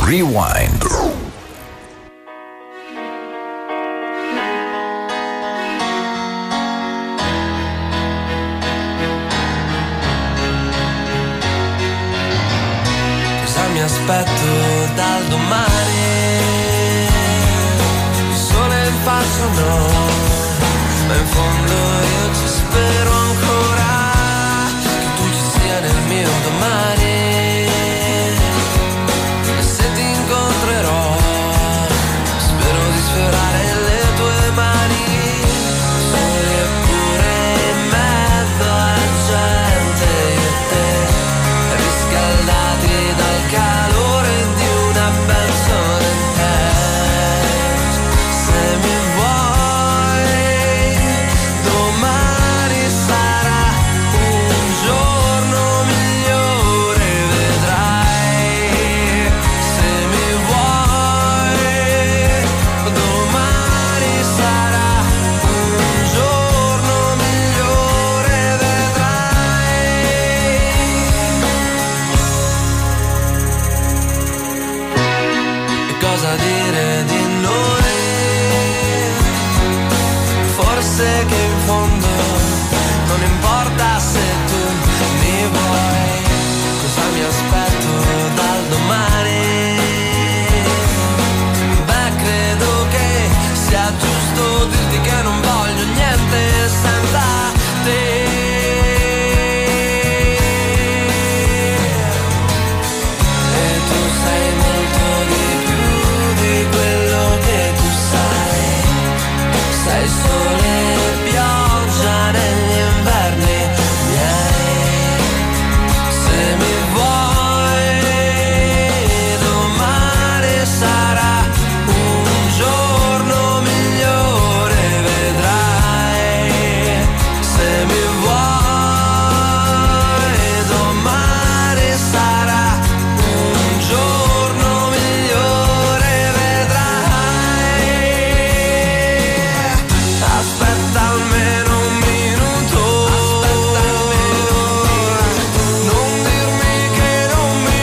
Rewind. Cosa mi aspetto dal domani? Il sole in faccia no, ma in fondo io ci spero ancora che tu ci sia nel mio domani. E se ti incontrerò spero di sfiorare le tue mani, soli eppure in mezzo alla gente, io e te riscaldati dal calore di una benson in hand. Se mi vuoi domani sarà un giorno migliore, vedrai. Se mi vuoi domani sarà un giorno migliore, vedrai. E cosa dire di noi? Forse che in fondo non importa se tu mi vuoi. Cosa mi aspetto dal domani? Beh, credo che sia giusto dirti che non voglio niente senza te. E tu sai molto di più di quello che tu sai. Sai sole e pioggia negli inverni miei. Se mi vuoi domani sarà un giorno migliore, vedrai. Se mi vuoi domani sarà un giorno migliore, vedrai. Aspetta almeno un minuto, non dirmi che non mi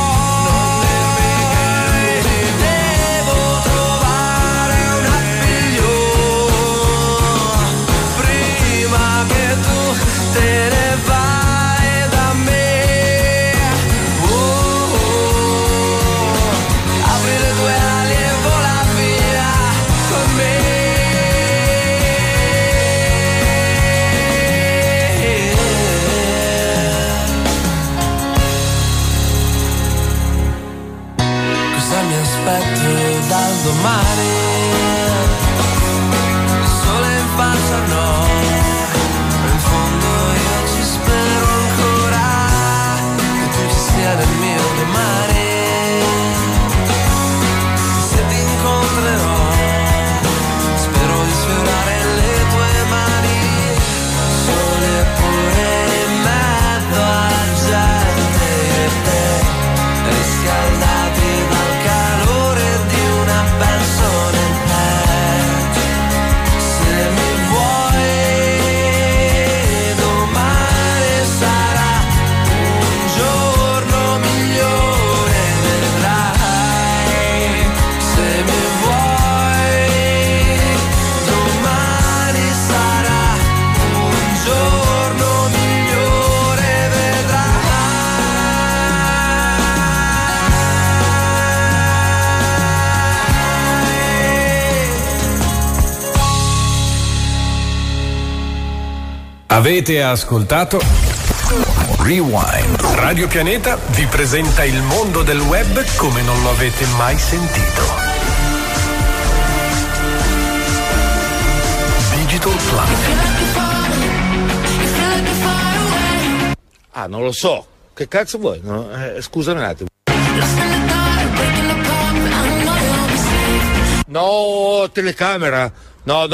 vuoi, devo trovare un appiglio prima che tu te ne vai da me. Apri le tue ali e vola via con me. Cosa mi aspetto dal domani? Il sole in faccia no, ma in fondo io ci spero ancora che tu ci sia nel mio domani. Se ti incontrerò spero di sfiorare le tue mani, sole pure in mezzo alla gente, io e te riscaldati dal calore di una benson in hand. Se mi vuoi domani sarà un giorno migliore, vedrai. Se mi vuoi domani sarà un giorno migliore, vedrai. Avete ascoltato Rewind. Radio Pianeta vi presenta il mondo del web come non lo avete mai sentito. Digital Planet. Ah, non lo so. Che cazzo vuoi? No, scusami un attimo. No, telecamera. No.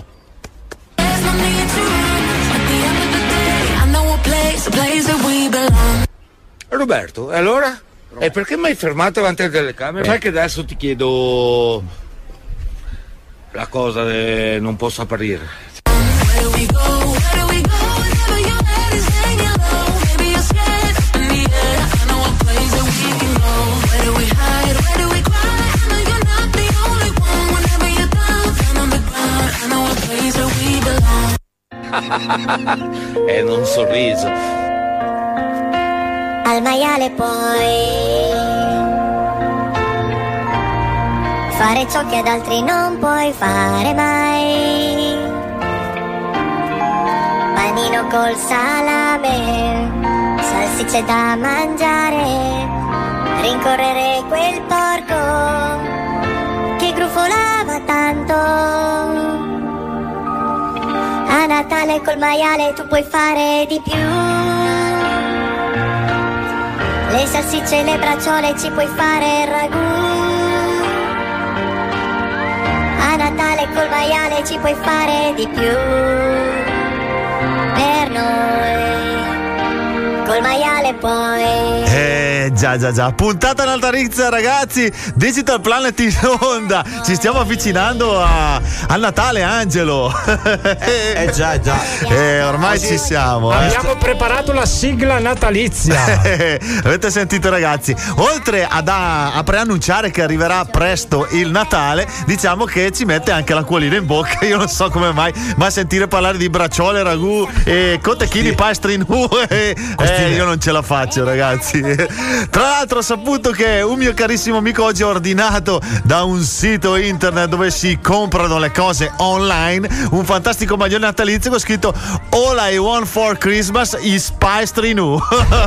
Roberto, e allora? E perché mi hai fermato davanti alle telecamere? Sai che adesso ti chiedo la cosa che non posso apparire. Where do we hide? Where do E non sorriso. Al maiale puoi fare ciò che ad altri non puoi fare mai. Panino col salame, salsicce da mangiare, rincorrere quel porco che grufolava tanto. A Natale col maiale tu puoi fare di più. Le salsicce e le bracciole ci puoi fare il ragù. A Natale col maiale ci puoi fare di più. Per noi col maiale puoi. Già. Puntata natalizia, ragazzi. Digital Planet in onda. Ci stiamo avvicinando al Natale, Angelo. Già. Ormai Oggi ci siamo. Abbiamo preparato la sigla natalizia. Avete sentito, ragazzi? Oltre a preannunciare che arriverà presto il Natale, diciamo che ci mette anche l'acquolina in bocca. Io non so come mai, ma sentire parlare di bracciole, ragù e cotechini pastry nu, io non ce la faccio, ragazzi. Tra l'altro ho saputo che un mio carissimo amico oggi ha ordinato da un sito internet dove si comprano le cose online un fantastico maglione natalizio con scritto All I Want for Christmas is pastry nu.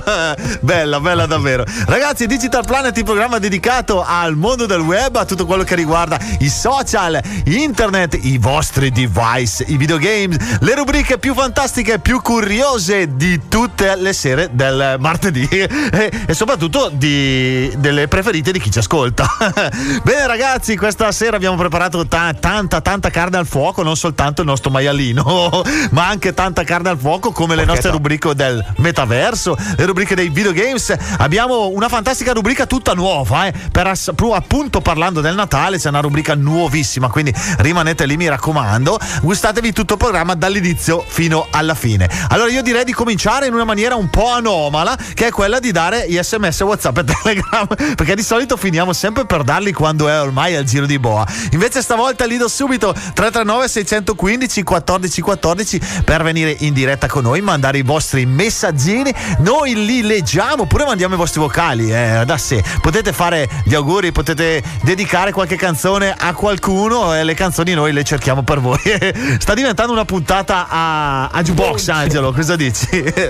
Bella davvero. Ragazzi, Digital Planet, il programma dedicato al mondo del web, a tutto quello che riguarda i social, internet, i vostri device, i videogames, le rubriche più fantastiche, più curiose di tutte le sere del martedì e soprattutto delle preferite di chi ci ascolta. Bene, ragazzi, questa sera abbiamo preparato tanta carne al fuoco, non soltanto il nostro maialino, ma anche tanta carne al fuoco come le nostre rubriche del metaverso, le rubriche dei videogames. Abbiamo una fantastica rubrica tutta nuova, appunto parlando del Natale c'è una rubrica nuovissima, quindi rimanete lì, mi raccomando, gustatevi tutto il programma dall'inizio fino alla fine. Allora io direi di cominciare in una maniera un po' anomala, che è quella di dare gli SMS, WhatsApp e Telegram, perché di solito finiamo sempre per darli quando è ormai al giro di boa. Invece stavolta li do subito: 339 615 1414 per venire in diretta con noi, mandare i vostri messaggini, noi li leggiamo, oppure mandiamo i vostri vocali da sé. Potete fare gli auguri, potete dedicare qualche canzone a qualcuno e le canzoni noi le cerchiamo per voi. Sta diventando una puntata a jukebox, Angelo, cosa dici?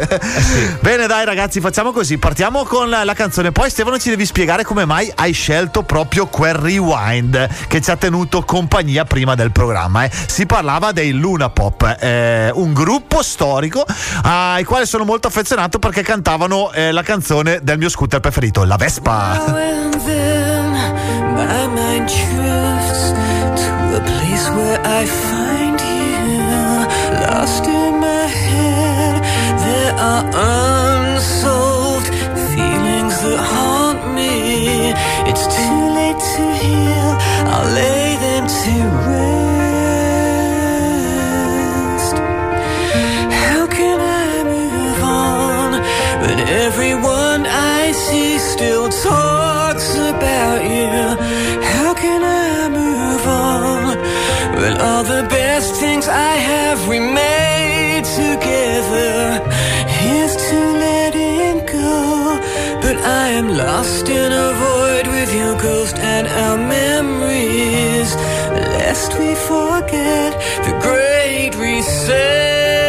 Bene, dai ragazzi, facciamo così, partiamo con la canzone, poi Stefano ci devi spiegare come mai hai scelto proprio quel rewind che ci ha tenuto compagnia prima del programma. Si parlava dei Luna Pop, un gruppo storico ai quali sono molto affezionato perché cantavano la canzone del mio scooter preferito, la Vespa. That haunt me. It's too late to heal, I'll lay them to rest. How can I move on when everyone I see still talks about you? How can I move on when all the best things I have we made together? Here's to letting go, but I am lost in a void with your ghost and our memories, lest we forget the great reset.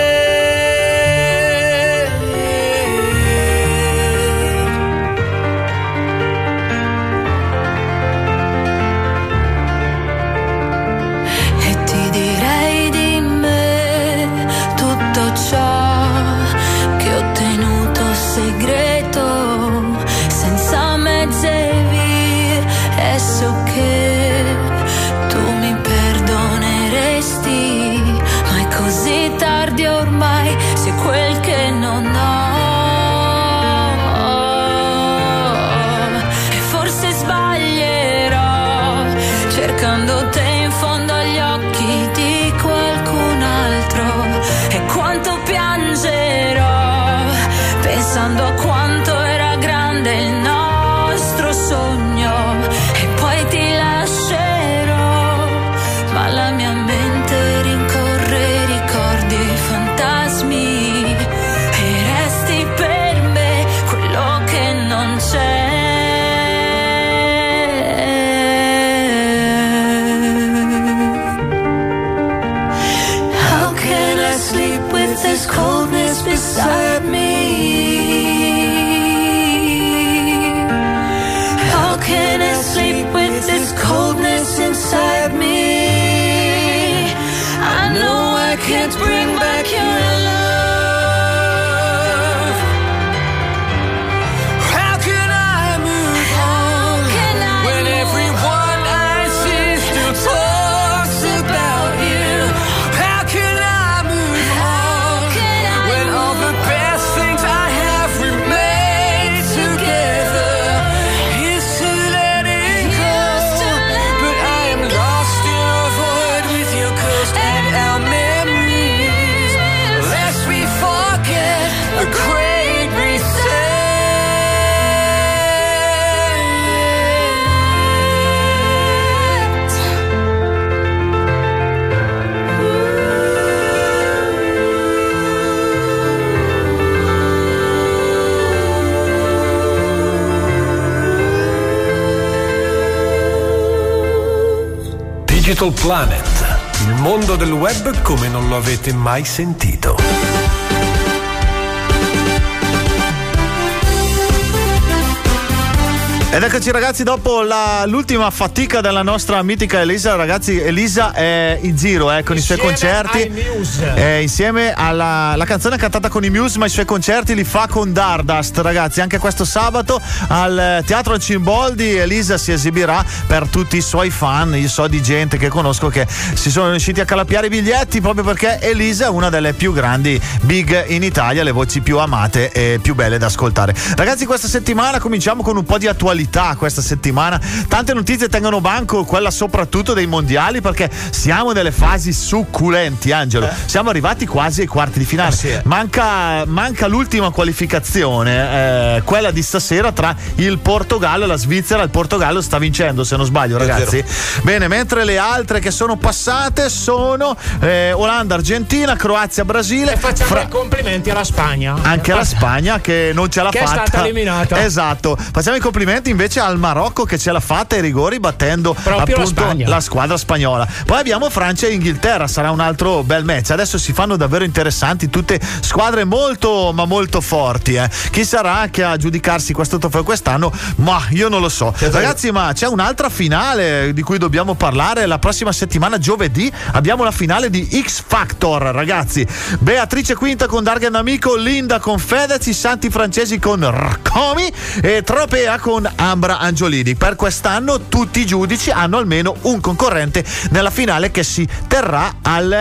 E ti direi di me tutto ciò che ho tenuto segreto, senza mezze vie, e so che tu mi perdoneresti, ma è così tardi ormai. Digital Planet, il mondo del web come non lo avete mai sentito. Ed eccoci ragazzi, dopo l'ultima fatica della nostra mitica Elisa. Ragazzi, Elisa è in giro con i suoi concerti insieme alla canzone cantata con i Muse, ma i suoi concerti li fa con Dardust. Ragazzi, anche questo sabato al Teatro Cimboldi Elisa si esibirà per tutti i suoi fan. Io so di gente che conosco che si sono riusciti a calappiare i biglietti proprio perché Elisa è una delle più grandi big in Italia, le voci più amate e più belle da ascoltare. Ragazzi, questa settimana cominciamo con un po' di attualità. Questa settimana tante notizie tengono banco, quella soprattutto dei mondiali, perché siamo nelle fasi succulenti, Angelo. Siamo arrivati quasi ai quarti di finale. Manca l'ultima qualificazione, quella di stasera tra il Portogallo e la Svizzera. Il Portogallo sta vincendo, se non sbaglio, ragazzi. Bene, mentre le altre che sono passate sono Olanda, Argentina, Croazia, Brasile. E facciamo i complimenti alla Spagna. Anche la Spagna che non ce l'ha fatta. Che è stata eliminata. Esatto. Facciamo i complimenti invece al Marocco che ce l'ha fatta ai rigori battendo proprio appunto la squadra spagnola. Poi abbiamo Francia e Inghilterra, sarà un altro bel match. Adesso si fanno davvero interessanti, tutte squadre molto ma molto forti. Chi sarà che a giudicarsi questo trofeo quest'anno? Ma io non lo so. Ragazzi, ma c'è un'altra finale di cui dobbiamo parlare la prossima settimana, giovedì. Abbiamo la finale di X Factor, ragazzi. Beatrice Quinta con Dargen Amico, Linda con Fedez, i Santi Francesi con Rcomi e Tropea con Ambra Angiolini. Per quest'anno tutti i giudici hanno almeno un concorrente nella finale che si terrà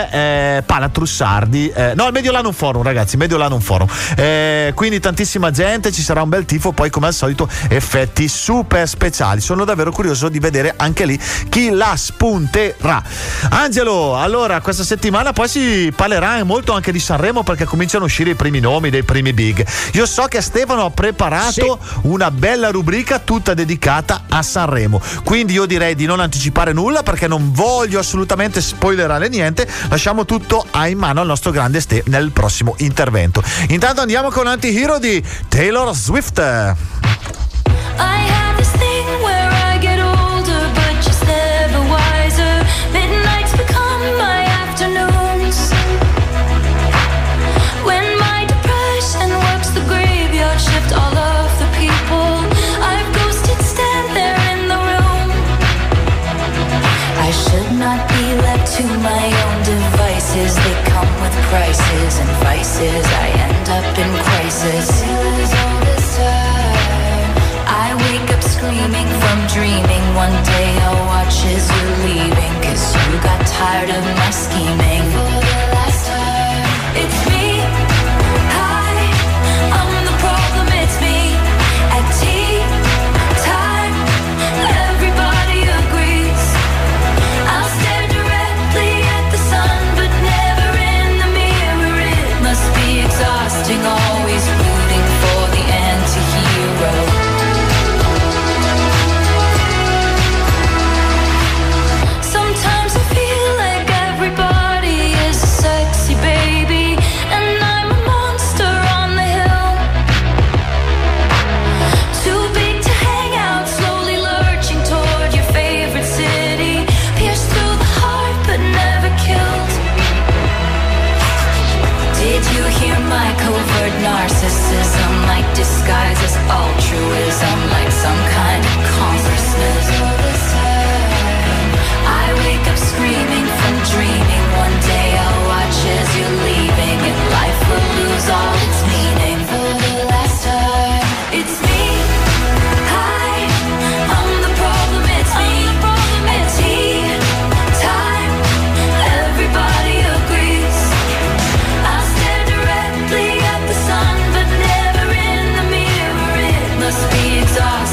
al Palatrussardi, no, al Mediolanum Forum, ragazzi, Mediolanum Forum. Quindi tantissima gente, ci sarà un bel tifo, poi come al solito effetti super speciali. Sono davvero curioso di vedere anche lì chi la spunterà. Angelo, allora questa settimana poi si parlerà molto anche di Sanremo, perché cominciano a uscire i primi nomi dei primi big. Io so che Stefano ha preparato una bella rubrica tutta dedicata a Sanremo, quindi io direi di non anticipare nulla perché non voglio assolutamente spoilerare niente. Lasciamo tutto in mano al nostro grande Ste nel prossimo intervento. Intanto andiamo con Anti-Hero di Taylor Swift. To my own devices, they come with prices and vices. I end up in crisis. All this time, I wake up screaming from dreaming. One day I'll watch as you're leaving, 'cause you got tired of my scheming. For the last time, it's me. Hi, I'm the problem, it's me. At tea time, everybody agrees. I'll stare directly at the sun, but never in the mirror. It must be exhausting, always rooting for the anti-hero. Sometimes I feel like everybody is a sexy baby, and I'm a monster on the hill. Too big to hang out, slowly lurching toward your favorite city. Pierced through the heart, but never killed. Did you hear my covert narcissism? Like disguise as altruism, like some kind of consciousness. All this time, I wake up screaming from dreaming. One day I'll watch as you're leaving, and life will lose all its meaning. For the last time, it's me. Hi, I'm the problem, it's me. At tea time, everybody agrees. I'll stare directly at the sun, but never in the mirror. It must be exhausting.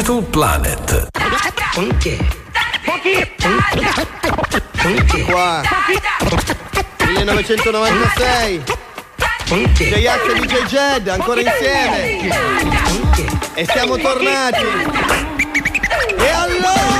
Little Planet. Qua 1996 J-Ax e DJ Jed ancora insieme e siamo tornati. E allora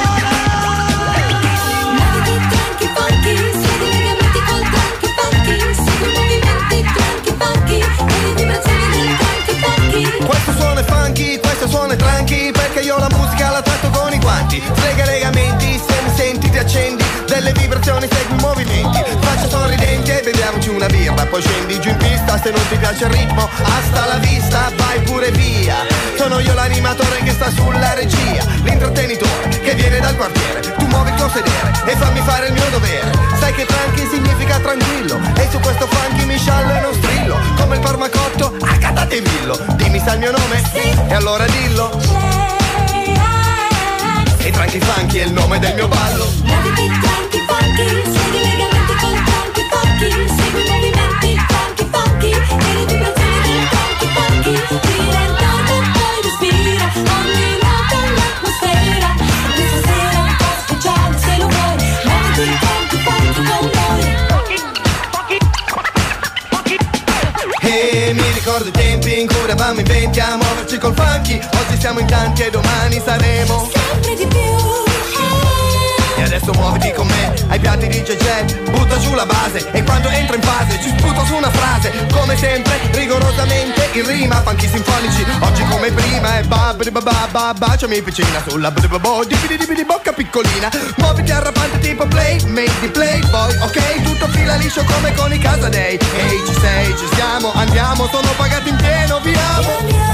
questo suono è funky, questo suono è tranqui, perché io la musica la tratto con i guanti. Frega i legamenti, se mi senti ti accendi, delle vibrazioni segui i movimenti. Faccia sorridenti e beviamoci una birra, poi scendi giù in pista, se non ti piace il ritmo, hasta la vista, vai pure via. Sono io l'animatore che sta sulla regia, l'intrattenitore che viene dal quartiere. Tu muovi il tuo sedere e fammi fare il mio dovere. Sai che tranqui significa tranquillo, e su questo funky mi sciallo e non strillo, come il parmacotto a Catatevillo. Dimmi sa il mio nome? Sì. E allora dillo. E tranqui funky è il nome del mio ballo. Muoviti tranqui funky, segui i legamenti col tranqui funky, segui i movimenti tranqui funky, e le vibrazioni del tranqui funky. Gira intorno e poi respira, ogni nota è l'atmosfera. Questa sera è un po' speciale se lo vuoi, muoviti tranqui funky con noi. E mi ricordo i tempi in cui eravamo in 20 a muoverci col funky. Oggi siamo in tanti e domani saremo sempre di più. E adesso muoviti con me ai piatti di JJ, butta giù la base e quando entro in fase ci sputo su una frase. Come sempre, rigorosamente in rima, funky sinfonici, oggi come prima. E baciami piccina sulla di bocca piccolina. Muoviti arrapante tipo play, made di playboy, ok? Tutto fila liscio come con i Casadei. Ehi, ci sei, ci siamo, andiamo, sono pagati in pieno, viamo.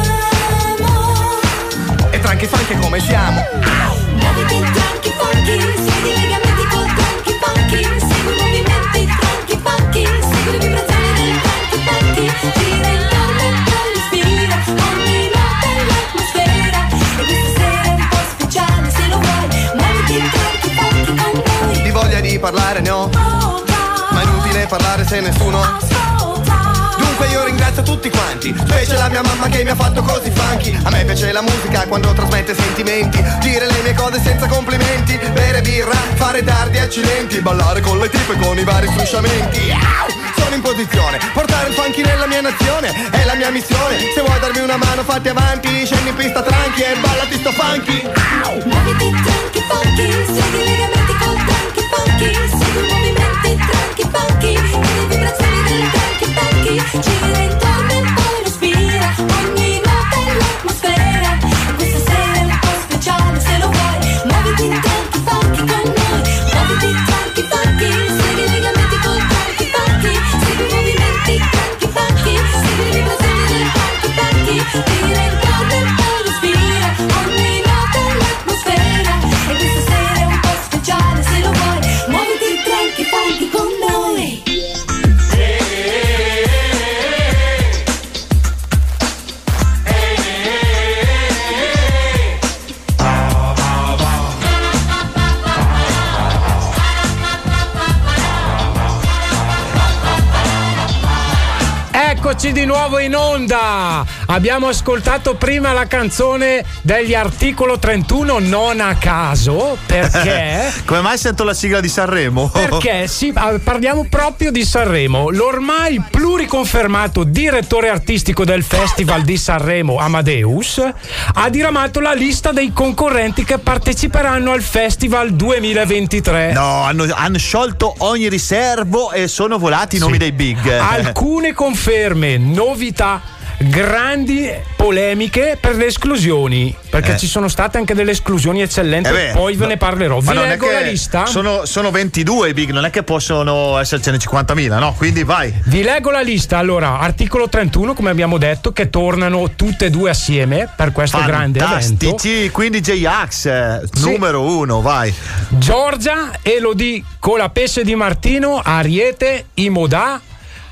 E tranqui funky come siamo. Muoviti tranqui funky, segui i legamenti col tranqui funky, segui i movimenti tranqui funky, segui le vibrazioni del tranqui funky. Gira intorno e poi respira, ogni nota è l'atmosfera. E questa sera è un po' speciale se lo vuoi, muoviti tranqui funky con noi. Di voglia di parlare ne ho, ma è inutile parlare se nessuno. Dunque io ringrazio tutti quanti, specie la mia mamma che mi ha fatto così funky. A me piace la musica quando trasmette sentimenti, dire le mie cose senza complimenti, bere birra, fare tardi accidenti, ballare con le tipe con i vari strusciamenti. Sono in posizione, portare il funky nella mia nazione è la mia missione. Se vuoi darmi una mano fatti avanti, scendi in pista tranqui e ballati sto funky. Muoviti tranqui funky, segui i legamenti col tranqui funky, segui i movimenti tranqui funky, e le vibrazioni del tranqui funky. Gira intorno e poi respira, ogni nota è l'atmosfera. E questa sera è un po' speciale se lo vuoi, muoviti tranqui funky con noi. Muoviti tranqui funky, segui i legamenti col tranqui funky, segui i movimenti tranqui funky, segui le vibrazioni del tranqui funky. Gira intorno e poi respira, ogni nota è l'atmosfera. E questa sera è un po' speciale se lo vuoi, muoviti tranqui funky con noi. Eccoci di nuovo in onda. Abbiamo ascoltato prima la canzone degli Articolo 31, non a caso, perché come mai sento la sigla di Sanremo? Perché sì, parliamo proprio di Sanremo. L'ormai pluriconfermato direttore artistico del Festival di Sanremo, Amadeus, ha diramato la lista dei concorrenti che parteciperanno al Festival 2023. No, hanno sciolto ogni riservo e sono volati i nomi dei big. Alcune conferme, novità, grandi polemiche per le esclusioni, perché ci sono state anche delle esclusioni eccellenti, poi ve ne parlerò. Vi leggo la lista. Sono 22 i big, non è che possono essercene 50.000, no? Quindi vai. Vi leggo la lista. Allora, Articolo 31, come abbiamo detto, che tornano tutte e due assieme per questo grande evento. Fantastici, quindi J-Ax, numero 1, vai. Giorgia, Elodie, Colapesce di Martino, Ariete, Imodà,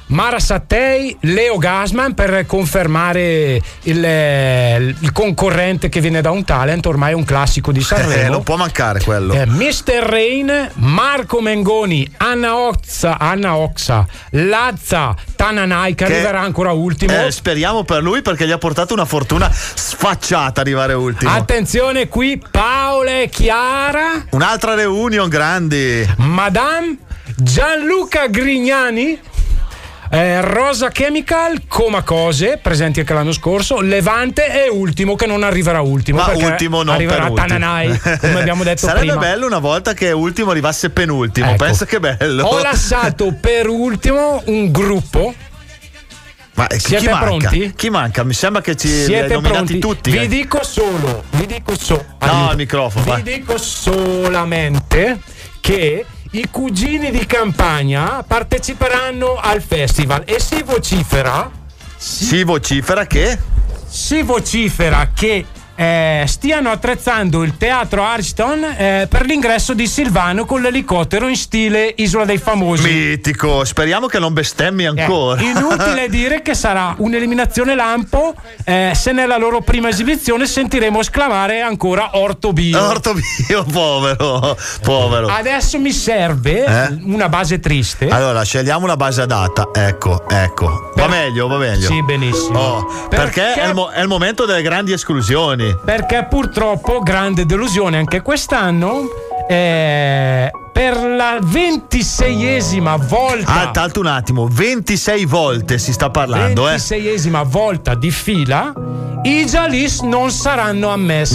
Mara Sattei, Leo Gasman per confermare il concorrente che viene da un talent, ormai è un classico di Sanremo. Non può mancare quello. Mr. Rain, Marco Mengoni, Anna Oxa, Lazza, Tananai che arriverà ancora ultimo. Speriamo per lui perché gli ha portato una fortuna sfacciata arrivare ultimo. Attenzione qui, Paola e Chiara. Un'altra reunion grandi. Madame, Gianluca Grignani, Rosa Chemical, Comacose, presenti anche l'anno scorso, Levante e ultimo che non arriverà ultimo. Ma perché ultimo non arriverà per ultimo. Tananai, come abbiamo detto Sarebbe prima. bello una volta che ultimo arrivasse penultimo. Ecco. Pensa che bello. Ho lasciato per ultimo un gruppo. Ma siete chi manca? pronti? Chi manca? Mi sembra che ci li hai Siete nominati pronti? tutti. Vi dico solo. No, il microfono. Vi vai. dico solamente che i cugini di Campania parteciperanno al festival e si vocifera che stiano attrezzando il teatro Ariston per l'ingresso di Silvano con l'elicottero in stile Isola dei Famosi. Mitico, speriamo che non bestemmi ancora. Inutile dire che sarà un'eliminazione lampo se nella loro prima esibizione sentiremo esclamare ancora Orto Bio. Povero. Adesso mi serve una base triste. Allora scegliamo una base adatta. Ecco. Va meglio. Sì, benissimo. Perché è il momento delle grandi esclusioni. Perché purtroppo grande delusione anche quest'anno, per la 26esima volta. Alto un attimo, 26 volte si sta parlando. 26esima volta di fila i Jalis non saranno ammessi.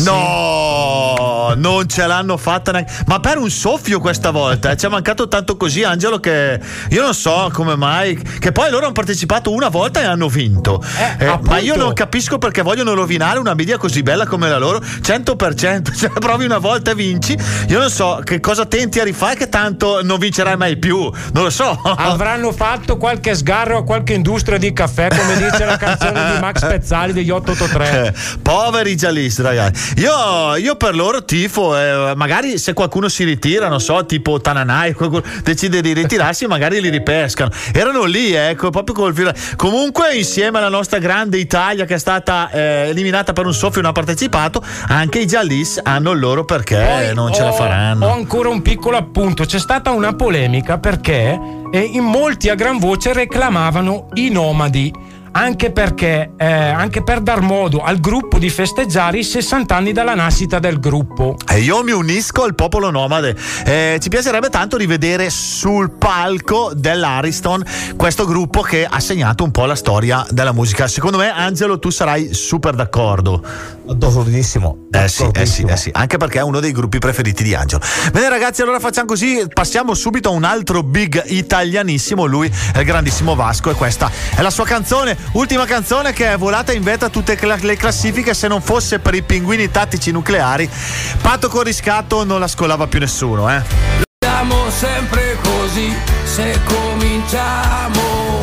No, non ce l'hanno fatta neanche. Ma per un soffio questa volta ci è mancato tanto così, Angelo, che io non so come mai. Che poi loro hanno partecipato una volta e hanno vinto. Ma io non capisco perché vogliono rovinare una media così bella come la loro. 100%, cioè provi una volta e vinci. Io non so che cosa tenti a rifare, che tanto non vincerai mai più. Non lo so. Avranno fatto qualche sgarro a qualche industria di caffè, come dice la canzone di Max Pezzali degli 883. Poveri giallisti, ragazzi. Io per loro tifo, magari se qualcuno si ritira, non so, tipo Tananai, qualcuno decide di ritirarsi, magari li ripescano. Erano lì, proprio col filo. Comunque, insieme alla nostra grande Italia che è stata eliminata per un soffio e non ha partecipato, anche i giallis hanno il loro perché poi non ce la faranno. Ho ancora un piccolo appunto. C'è stata una polemica perché in molti a gran voce reclamavano i nomadi. Anche perché, anche per dar modo al gruppo di festeggiare i 60 anni dalla nascita del gruppo. E io mi unisco al popolo nomade. Ci piacerebbe tanto rivedere sul palco dell'Ariston questo gruppo che ha segnato un po' la storia della musica. Secondo me, Angelo, tu sarai super d'accordo. D'accordissimo. Sì. Anche perché è uno dei gruppi preferiti di Angelo. Bene, ragazzi, allora facciamo così. Passiamo subito a un altro big italianissimo. Lui è il grandissimo Vasco e questa è la sua canzone. Ultima canzone che è volata in vetta a tutte le classifiche. Se non fosse per i pinguini tattici nucleari, Patto con riscatto non la scolava più nessuno. Siamo sempre così, se cominciamo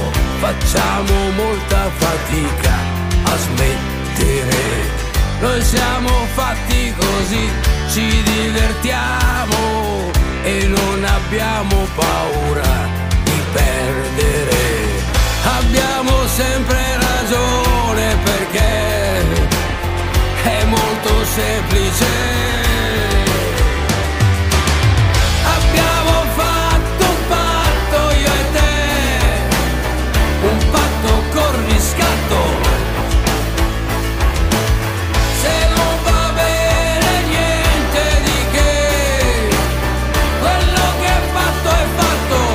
facciamo molta fatica a smettere. Noi siamo fatti così, ci divertiamo e non abbiamo paura di perdere. Abbiamo sempre ragione perché è molto semplice. Abbiamo fatto un patto io e te, un patto con riscatto. Se non va bene niente di che, quello che è fatto è fatto.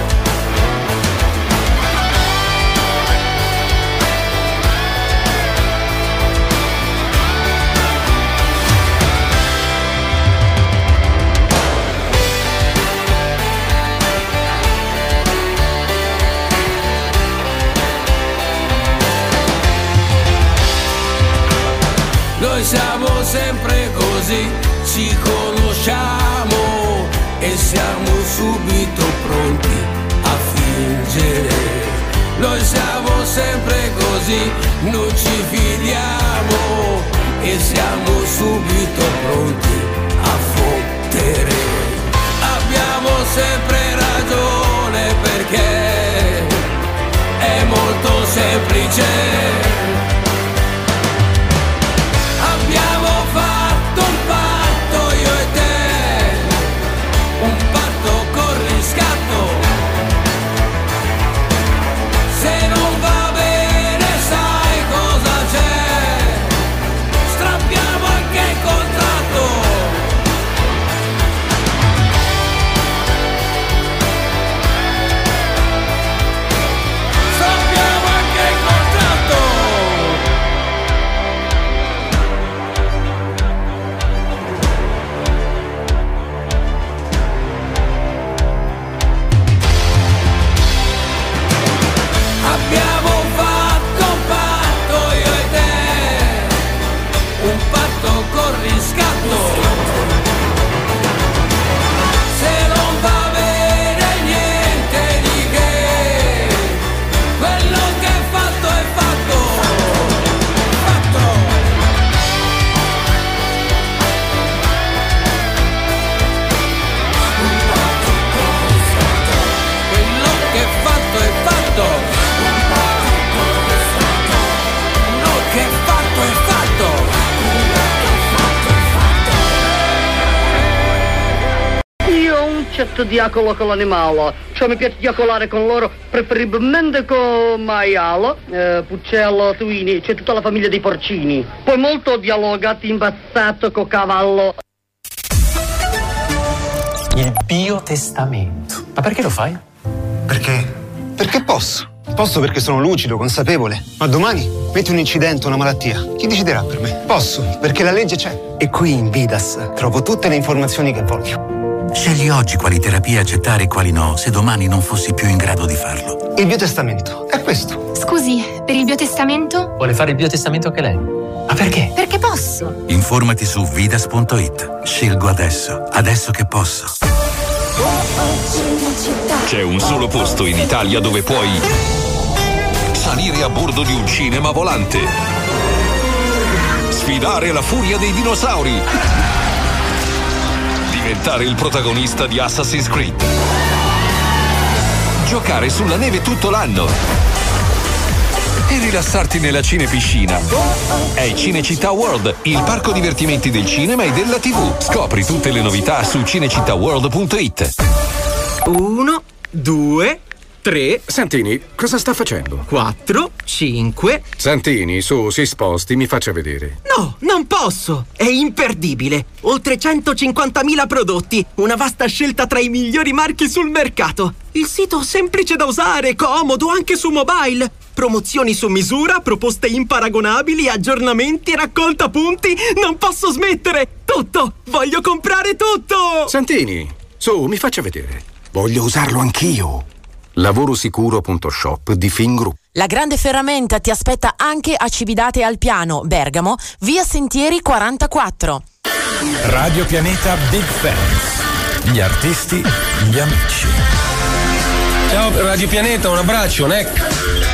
Noi siamo sempre così, ci conosciamo e siamo subito pronti a fingere. Noi siamo sempre così, non ci fidiamo e siamo subito pronti a fottere. Abbiamo sempre ragione perché ricetta di acolo con l'animale. Cioè mi piace diacolare con loro, preferibilmente con maiale, puccello, suini, c'è tutta la famiglia dei porcini. Poi molto dialogati, impazzato con cavallo. Il biotestamento. Ma perché lo fai? Perché? Perché posso. Posso perché sono lucido, consapevole. Ma domani metti un incidente, una malattia. Chi deciderà per me? Posso, perché la legge c'è. E qui in Vidas trovo tutte le informazioni che voglio. Scegli oggi quali terapie accettare e quali no, se domani non fossi più in grado di farlo. Il biotestamento è questo. Scusi, per il biotestamento? Vuole fare il biotestamento anche lei? Ma perché? Perché posso. Informati su vidas.it. Scelgo adesso che posso. C'è un solo posto in Italia dove puoi salire a bordo di un cinema volante, sfidare la furia dei dinosauri, diventare il protagonista di Assassin's Creed, giocare sulla neve tutto l'anno e rilassarti nella cinepiscina. È Cinecittà World, il parco divertimenti del cinema e della TV. Scopri tutte le novità su cinecittàworld.it. 1, 2, 3. Santini, cosa sta facendo? 4, 5. Santini, su, si sposti, mi faccia vedere. No, non posso! È imperdibile! Oltre 150.000 prodotti, una vasta scelta tra i migliori marchi sul mercato. Il sito semplice da usare, comodo anche su mobile. Promozioni su misura, proposte imparagonabili, aggiornamenti, raccolta punti. Non posso smettere! Tutto! Voglio comprare tutto! Santini, su, mi faccia vedere. Voglio usarlo anch'io. Lavorosicuro.shop di Fingroup. La grande ferramenta ti aspetta anche a Cividate al Piano, Bergamo, via Sentieri 44. Radio Pianeta Big Fans. Gli artisti, gli amici. Ciao Radio Pianeta, un abbraccio, Neck.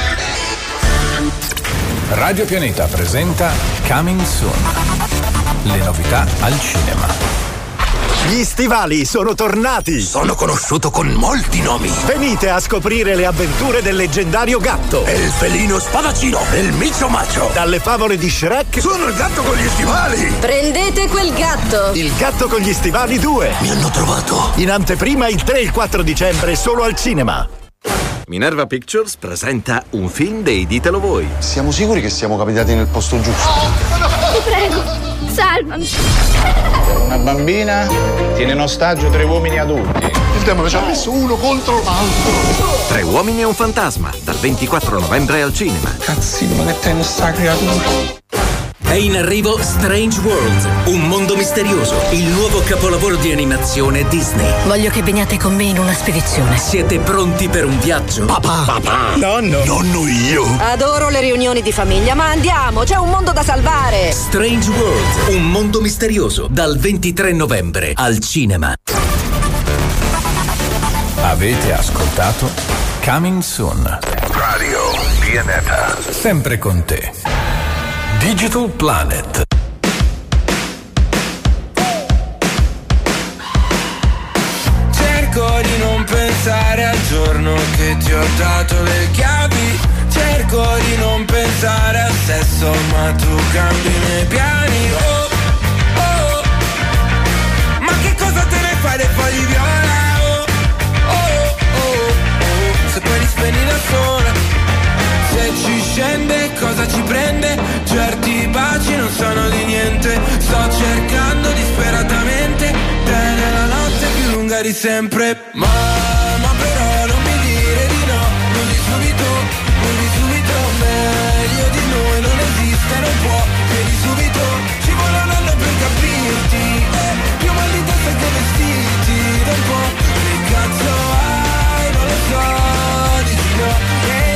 Radio Pianeta presenta Coming Soon. Le novità al cinema. Gli stivali sono tornati! Sono conosciuto con molti nomi. Venite a scoprire le avventure del leggendario gatto. E il felino spadaccino, il micio macio. Dalle favole di Shrek. Sono il gatto con gli stivali. Prendete quel gatto. Il gatto con gli stivali 2. Mi hanno trovato. In anteprima il 3 e il 4 dicembre solo al cinema. Minerva Pictures presenta un film dei Ditelo Voi. Siamo sicuri che siamo capitati nel posto giusto? Ti prego, salvami. Una bambina tiene in ostaggio 3 uomini adulti. Il demone ci ha messo uno contro l'altro. 3 uomini e un fantasma, dal 24 novembre al cinema. Cazzino, ma che tenno sta creatura. È in arrivo Strange World, un mondo misterioso, il nuovo capolavoro di animazione Disney. Voglio che veniate con me in una spedizione. Siete pronti per un viaggio? Papà! Nonno! Nonno io! Adoro le riunioni di famiglia, ma andiamo, c'è un mondo da salvare. Strange World, un mondo misterioso, dal 23 novembre al cinema. Avete ascoltato Coming Soon. Radio Pianeta. Sempre con te. Digital Planet. Cerco di non pensare al giorno che ti ho dato le chiavi. Cerco di non pensare al sesso, ma tu cambi i miei piani. Oh, oh, ma che cosa te ne fai dei fogli viola? Oh, oh, oh, oh, se poi li spegni da sola. Se ci scende cosa ci prende? Certi baci non sono di niente. Sto cercando disperatamente te nella notte più lunga di sempre. Ma però non mi dire di no. Non di subito, meglio di noi non esiste, non può. Vieni subito, ci vuole un anno per capirti. Più mal di testa che vestiti da un po'. Che cazzo hai? Non lo so, dici no.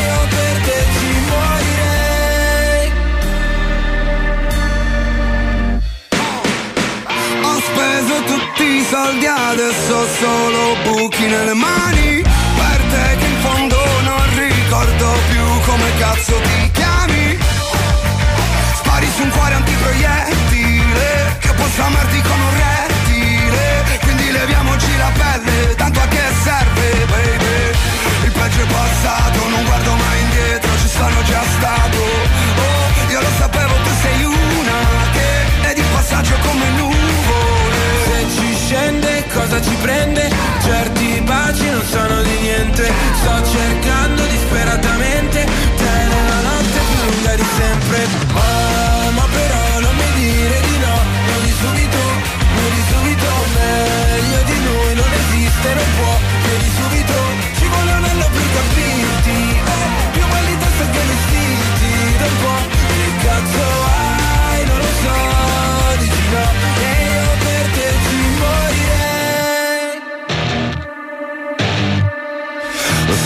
Speso tutti i soldi, adesso solo buchi nelle mani. Per te che in fondo non ricordo più come cazzo ti chiami. Spari su un cuore antiproiettile che possa amarti come un rettile. Quindi leviamoci la pelle, tanto a che serve, baby. Il peggio è passato, non guardo mai indietro, ci sono già stato. Oh, io lo sapevo, tu sei una che è di passaggio come nuvole. Se ci scende cosa ci prende?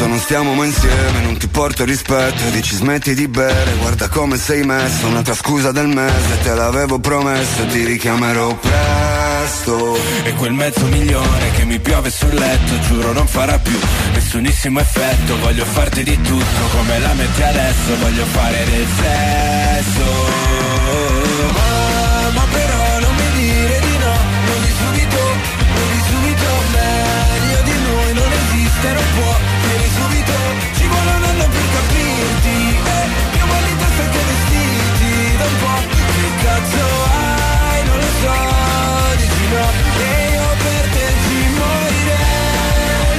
detto non stiamo mai insieme, non ti porto rispetto e dici smetti di bere, guarda come sei messo, un'altra scusa del mese, te l'avevo promesso, ti richiamerò presto. E quel $500,000 che mi piove sul letto, giuro non farà più nessunissimo effetto, voglio farti di tutto come la metti adesso, voglio fare del sesso. Ma però non mi dire di no, non di subito, meglio di noi non esiste, non può, vieni subito, ci vuole un anno per capirti, più mal di testa che vestiti, da un po', che cazzo hai, non lo so, dici no, e io per te ci morirei,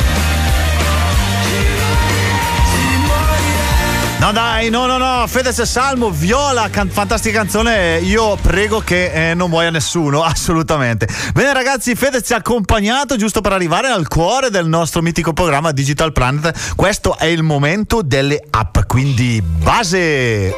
No dai, no, Fedez e Salmo, Viola, fantastica canzone, io prego che non muoia nessuno, assolutamente. Bene ragazzi, Fedez ci ha accompagnato giusto per arrivare al cuore del nostro mitico programma Digital Planet. Questo è il momento delle app, quindi base!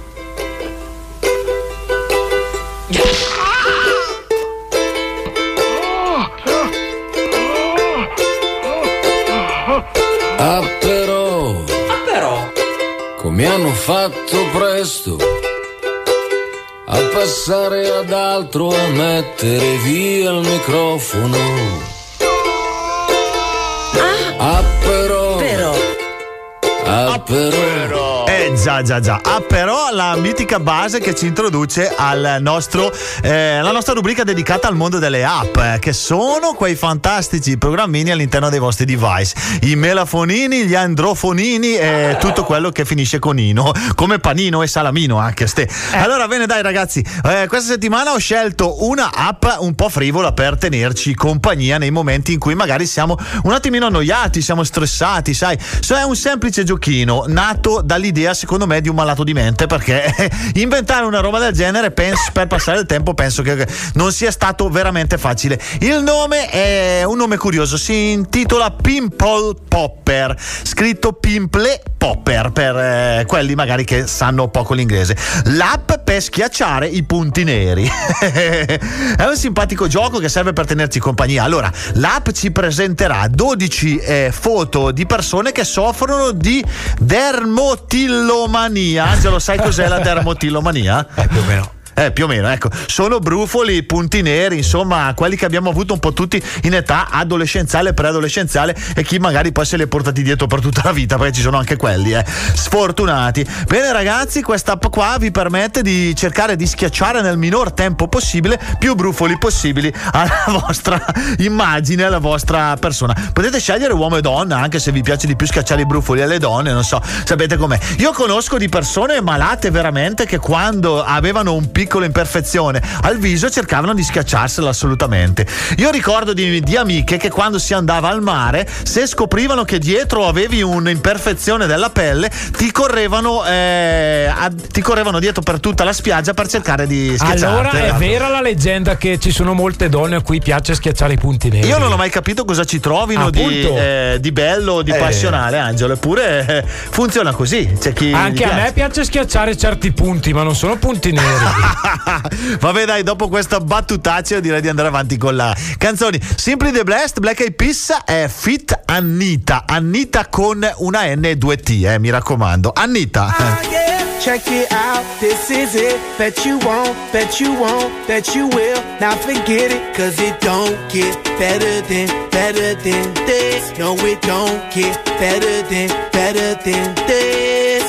Mi hanno fatto presto a passare ad altro, a mettere via il microfono. Però. Già. Però la mitica base che ci introduce al nostro, la nostra rubrica dedicata al mondo delle app, che sono quei fantastici programmini all'interno dei vostri device, i melafonini, gli androfonini e tutto quello che finisce con ino, come panino e salamino anche ste. Allora bene dai ragazzi, questa settimana ho scelto una app un po' frivola per tenerci compagnia nei momenti in cui magari siamo un attimino annoiati, siamo stressati, sai. È un semplice giochino nato dall'idea secondo me di un malato di mente, perché inventare una roba del genere per passare il tempo penso che non sia stato veramente facile. Il nome è un nome curioso, si intitola Pimple Popper, scritto Pimple Popper per quelli magari che sanno poco l'inglese. L'app per schiacciare i punti neri. È un simpatico gioco che serve per tenerci compagnia. Allora, l'app ci presenterà 12 foto di persone che soffrono di dermotillomania. Angelo, sai cos'è la dermotillomania? Più o meno. Più o meno, ecco, sono brufoli, punti neri, insomma, quelli che abbiamo avuto un po' tutti in età adolescenziale, preadolescenziale, e chi magari poi se li è portati dietro per tutta la vita, perché ci sono anche quelli, sfortunati. Bene ragazzi, questa app qua vi permette di cercare di schiacciare nel minor tempo possibile più brufoli possibili alla vostra immagine, alla vostra persona. Potete scegliere uomo e donna, anche se vi piace di più schiacciare i brufoli alle donne, non so, sapete com'è. Io conosco di persone malate veramente che quando avevano un piccolo imperfezione al viso cercavano di schiacciarsela assolutamente. Io ricordo di amiche che quando si andava al mare, se scoprivano che dietro avevi un'imperfezione della pelle, ti correvano dietro per tutta la spiaggia per cercare di schiacciarti. Allora è vera la leggenda che ci sono molte donne a cui piace schiacciare i punti neri. Io non ho mai capito cosa ci trovino di bello, di passionale, Angelo, eppure funziona così. C'è chi anche a me piace schiacciare certi punti, ma non sono punti neri. Vabbè dai, dopo questa battutaccia direi di andare avanti con la canzone. Simply the Blessed, Black Eyed Peas è Fit Anita con una N e 2 T, mi raccomando. Anita. Check it out, this is it. Bet you won't, bet you will. Now forget it, cause it don't get better than this. No, it don't get better than this.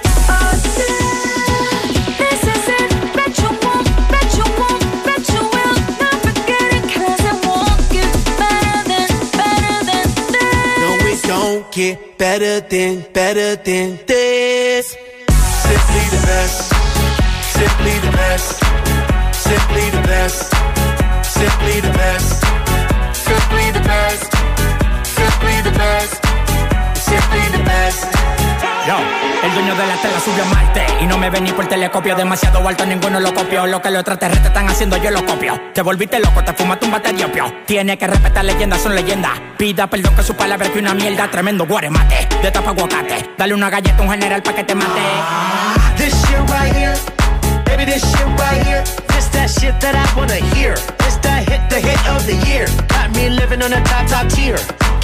Get better than this. Simply the best, simply the best, simply the best, simply the best, simply the best, simply the best, simply the best. Yo, el dueño de la tela subió a Marte y no me ven ni por telescopio, demasiado alto, ninguno lo copió. Lo que los extraterrestres están haciendo yo lo copio. Te volviste loco, te fumaste un bate de opio. Tiene que respetar leyendas, son leyendas. Pida perdón que su palabra es que una mierda. Tremendo guaremate, de tapa aguacate. Dale una galleta a un general pa' que te mate. This shit right here, baby, this shit right here. This that shit that I wanna hear. This the hit of the year. Got me living on a top tier.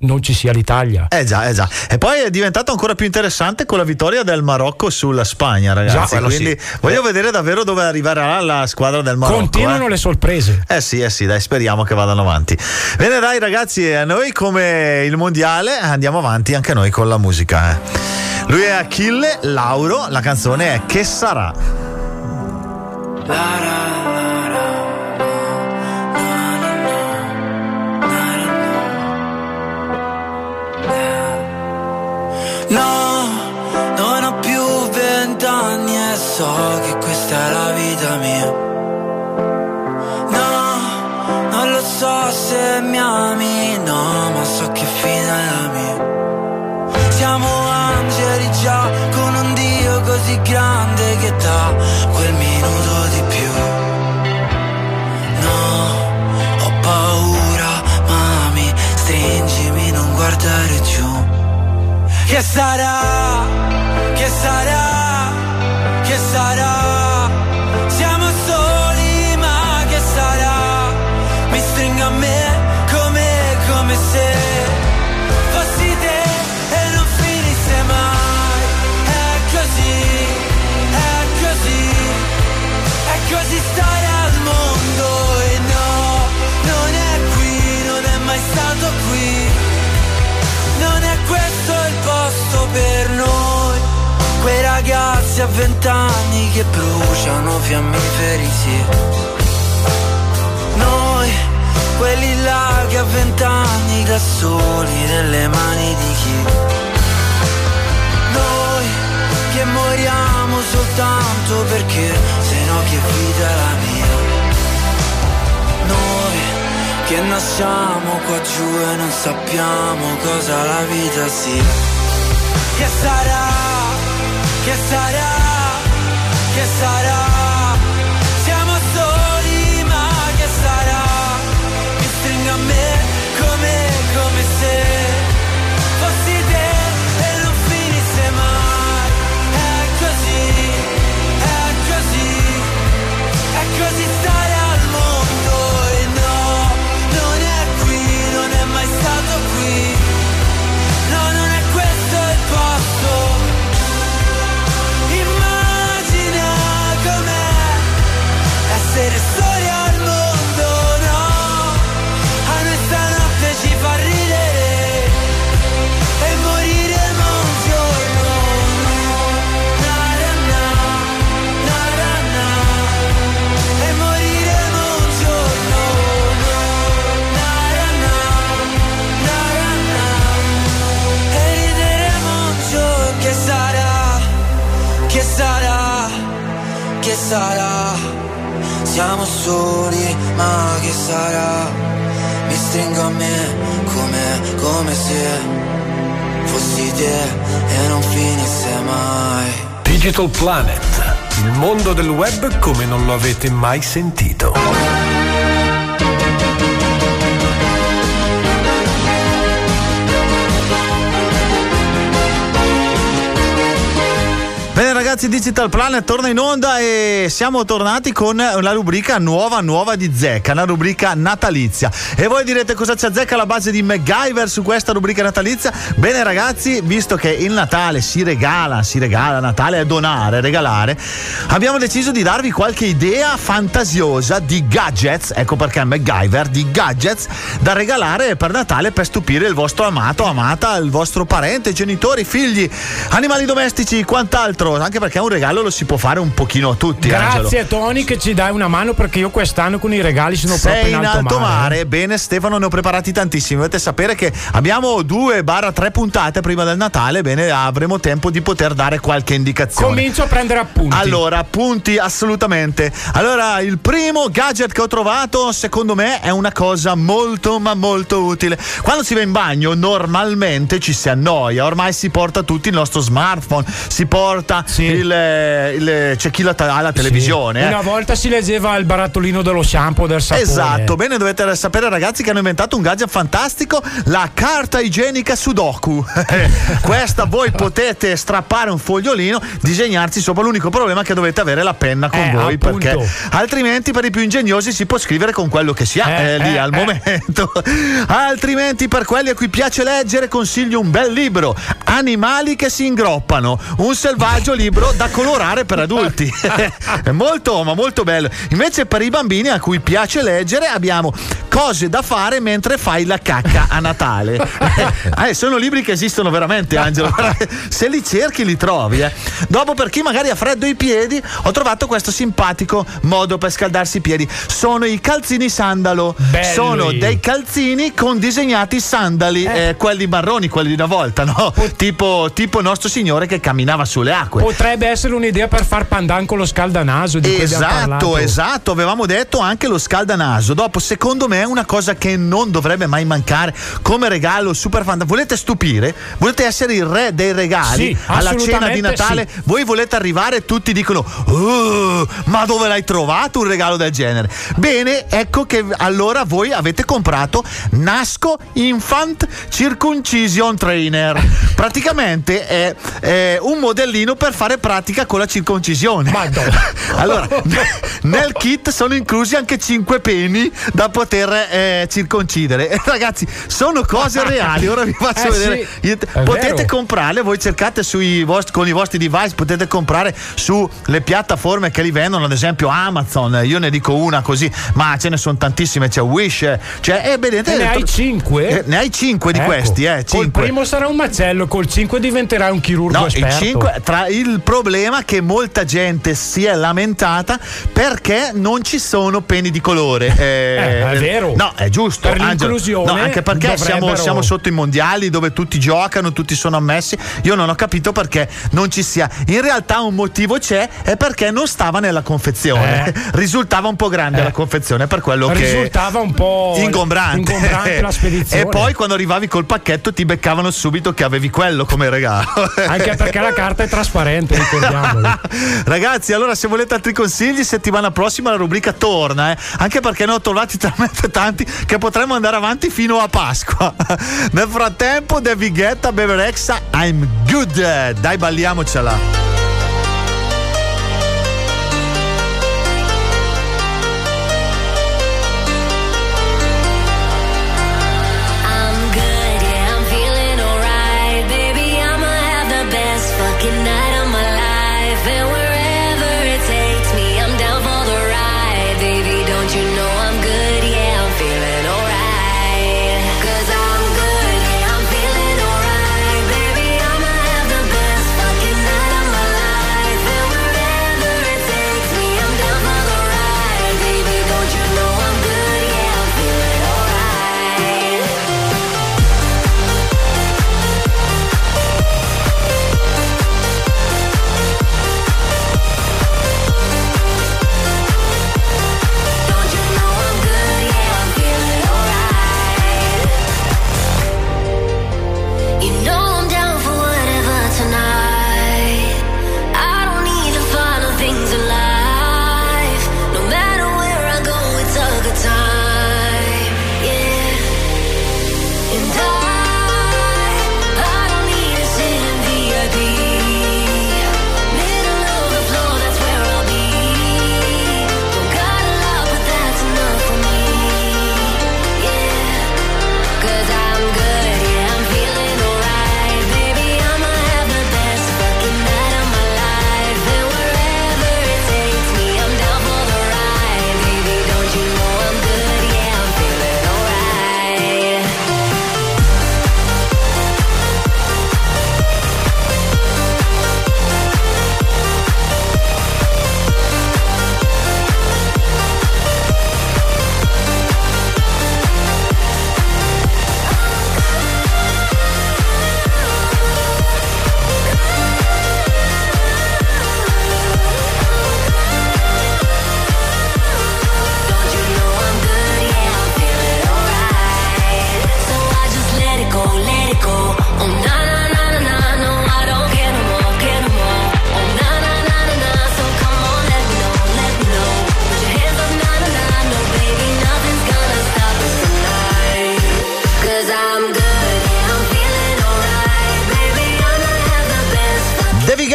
non ci sia l'Italia. Già. E poi è diventato ancora più interessante con la vittoria del Marocco sulla Spagna, ragazzi. Quindi voglio vedere davvero dove arriverà la squadra del Marocco. Continuano le sorprese. Sì, dai, speriamo che vadano avanti. Bene, dai ragazzi, a noi come il mondiale andiamo avanti anche noi con la musica. Lui è Achille Lauro, la canzone è Che sarà. No, non ho più 20 anni e so che questa è la vita mia. No, non lo so se mi ami, no, ma so che fine è la mia. Siamo angeli già, con un Dio così grande che dà quel minuto di più. No, ho paura, mami, stringimi, non guardare giù. Che sarà, che sarà, che sarà? Siamo soli, ma che sarà? Mi stringo a me come se fossi te e non finisse mai. È così, è così, è così stare al mondo. E no, non è qui, non è mai stato qui. Non è questo il posto per noi. Quei ragazzi a 20 anni che bruciano fiammiferi, sì. Noi, quelli là che a 20 anni da soli nelle mani di chi. Noi, che moriamo soltanto perché se no che vita è la mia. Noi, che nasciamo qua giù e non sappiamo cosa la vita sia. Che sarà, che sarà, che sarà? Siamo soli, ma che sarà? Mi stringo a me come se fossi te e non finisse mai. È così, è così, è così stare al mondo. E no, non è qui, non è mai stato qui. No, non è questo il posto. Immagina com'è essere soli al mondo, no? A noi stanotte ci fa ridere e moriremo un giorno. Na na na, na na na. E moriremo un giorno. Na na na, na na na. E rideremo un giorno. Che sarà, che sarà, che sarà? Siamo soli, ma che sarà? Mi stringo a me come se fossi te e non finisse mai. Digital Planet, il mondo del web come non lo avete mai sentito. Bene ragazzi, Digital Planet torna in onda e siamo tornati con la rubrica nuova di Zecca, una rubrica natalizia. E voi direte cosa c'è Zecca alla base di MacGyver su questa rubrica natalizia? Bene ragazzi, visto che il Natale si regala, Natale è donare, regalare, abbiamo deciso di darvi qualche idea fantasiosa di gadgets, ecco perché MacGyver, di gadgets da regalare per Natale per stupire il vostro amato, amata, il vostro parente, genitori, figli, animali domestici, quant'altro. Anche perché un regalo lo si può fare un pochino a tutti. Grazie Angelo. Tony che ci dai una mano, perché io quest'anno con i regali sono proprio in alto mare. Bene Stefano, ne ho preparati tantissimi. Dovete sapere che abbiamo 2-3 puntate prima del Natale. Bene, avremo tempo di poter dare qualche indicazione. Comincio a prendere appunti. Allora, appunti assolutamente. Allora, il primo gadget che ho trovato secondo me è una cosa molto ma molto utile. Quando si va in bagno normalmente ci si annoia, ormai si porta tutti il nostro smartphone, si porta c'è chi ha la televisione. Una volta si leggeva il barattolino dello shampoo, del sapone. Esatto, bene, dovete sapere ragazzi che hanno inventato un gadget fantastico, la carta igienica Sudoku. Questa voi potete strappare un fogliolino, disegnarci sopra, l'unico problema è che dovete avere la penna con voi, appunto. perché altrimenti per i più ingegnosi si può scrivere con quello che si ha lì al momento. Altrimenti per quelli a cui piace leggere consiglio un bel libro, Animali che si ingroppano, un selvaggio libro da colorare per adulti. È molto ma molto bello. Invece per i bambini a cui piace leggere abbiamo Cose da fare mentre fai la cacca a Natale. Sono libri che esistono veramente, Angelo. Se li cerchi li trovi. Dopo, per chi magari ha freddo ai piedi, ho trovato questo simpatico modo per scaldarsi i piedi. Sono i calzini sandalo. Belli. Sono dei calzini con disegnati sandali, quelli marroni, quelli di una volta, no? Tipo nostro Signore che camminava sulle acque. Potrebbe essere un'idea per far pandan con lo scaldanaso di cui abbiamo parlato. Esatto, avevamo detto anche lo scaldanaso. Dopo, secondo me, è una cosa che non dovrebbe mai mancare come regalo super fantastico. Volete stupire? Volete essere il re dei regali? Sì, alla cena di Natale? Sì. Voi volete arrivare e tutti dicono ma dove l'hai trovato un regalo del genere? Bene, ecco che allora voi avete comprato Nasco Infant Circumcision Trainer. Praticamente è un modellino per fare pratica con la circoncisione. Allora, nel kit sono inclusi anche 5 peni da poter circoncidere. Ragazzi, sono cose reali. Ora vi faccio vedere. Sì, potete comprarle, voi cercate con i vostri device, potete comprare sulle piattaforme che li vendono, ad esempio Amazon. Io ne dico una così, ma ce ne sono tantissime. C'è Wish, ne hai 5? Ne hai 5 di questi. 5. Col primo sarà un macello, col 5 diventerai un chirurgo esperto. Il 5, il problema è che molta gente si è lamentata perché non ci sono peni di colore. È vero. No, è giusto. Per l'inclusione. No, anche perché siamo sotto i mondiali dove tutti giocano, tutti sono ammessi. Io non ho capito perché non ci sia. In realtà un motivo c'è, è perché non stava nella confezione. Risultava un po' grande la confezione, per quello che risultava un po' ingombrante la spedizione. E poi quando arrivavi col pacchetto ti beccavano subito che avevi quello come regalo. Anche perché la carta è trasparente, ricordiamolo. Ragazzi, allora se volete altri consigli, settimana prossima la rubrica torna, anche perché ne ho trovati talmente tanti che potremmo andare avanti fino a Pasqua. Nel frattempo, David Guetta, Bebe Rexha, I'm Good. Dai, balliamocela. I'm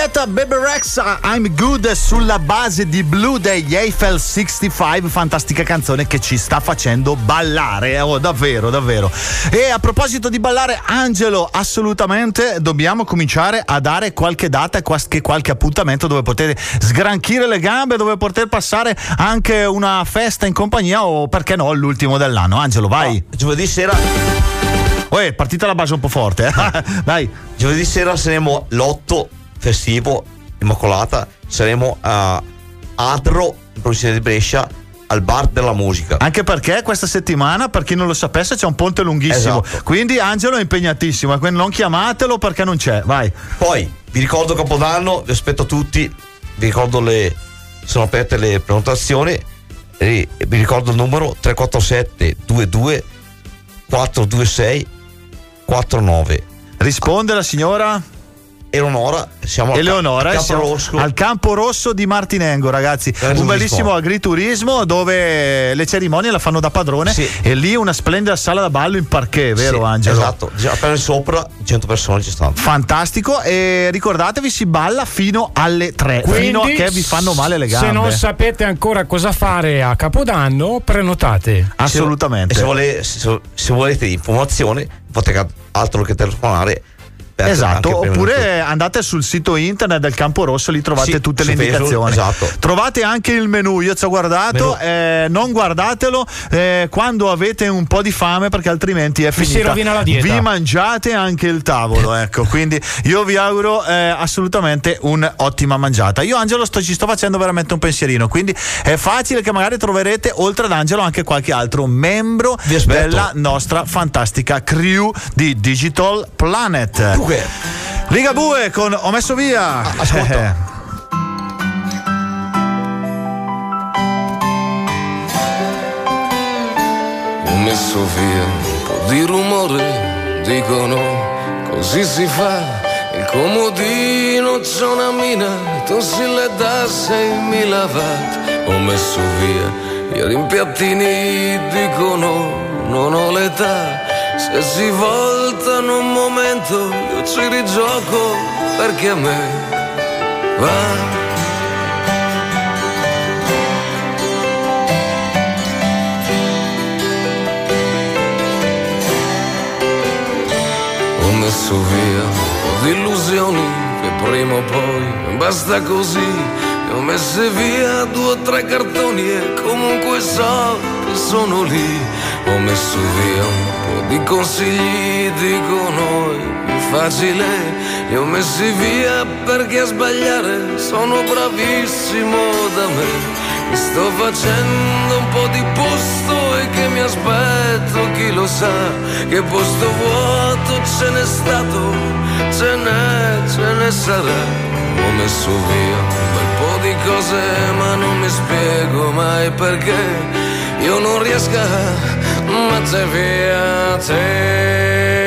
Guetta, Baby Rex, I'm Good, sulla base di Blue degli Eiffel 65, fantastica canzone che ci sta facendo ballare, davvero, davvero. E a proposito di ballare, Angelo, assolutamente dobbiamo cominciare a dare qualche data e qualche appuntamento dove potete sgranchire le gambe, dove poter passare anche una festa in compagnia o perché no l'ultimo dell'anno. Angelo, vai. Giovedì sera. È partita la base un po' forte, Dai. Giovedì sera saremo l'8 festivo Immacolata, saremo a Adro, in provincia di Brescia, al Bar della Musica. Anche perché questa settimana, per chi non lo sapesse, c'è un ponte lunghissimo. Esatto. Quindi Angelo è impegnatissimo, quindi non chiamatelo perché non c'è. Vai. Poi vi ricordo Capodanno, vi aspetto tutti. Vi ricordo sono aperte le prenotazioni. E vi ricordo il numero 347 22 426 49. Risponde la signora Eleonora, siamo al Campo Rosso di Martinengo, ragazzi. Un bellissimo agriturismo dove le cerimonie la fanno da padrone, sì. E lì una splendida sala da ballo in parquet, vero, sì, Angelo? Esatto, appena sopra 100 persone ci stanno. Fantastico, e ricordatevi, si balla fino alle 3. Quindi, fino a che vi fanno male le gambe. Se non sapete ancora cosa fare a Capodanno, prenotate. Assolutamente. Se volete informazioni, potete altro che telefonare. Esatto, oppure andate sul sito internet del Campo Rosso, lì trovate tutte le indicazioni. Esatto. Trovate anche il menù, io ci ho guardato, non guardatelo quando avete un po' di fame, perché altrimenti è finita. Si rovina la dieta. Vi mangiate anche il tavolo, ecco. Quindi io vi auguro assolutamente un'ottima mangiata. Io, Angelo, ci sto facendo veramente un pensierino, quindi è facile che magari troverete oltre ad Angelo anche qualche altro membro della nostra fantastica crew di Digital Planet. Ligabue con Ho messo via. Ascolta. Ho messo via un po' di rumore, dicono così si fa. Il comodino c'è una mina, tonsille da 6.000 watt. Ho messo via i rimpiattini, dicono non ho l'età. Se si voltano un momento io ci rigioco, perché a me va. Ho messo via un po' di illusioni che prima o poi basta così. E ho messo via 2 o 3 cartoni e comunque so che sono lì. Ho messo via un po' di consigli, dicono è più facile. Li ho messi via perché a sbagliare sono bravissimo da me. Mi sto facendo un po' di posto e che mi aspetto, chi lo sa, che posto vuoto ce n'è stato, ce ne sarà. Ho messo via un bel po' di cose ma non mi spiego mai perché io non riesco a mettere via te.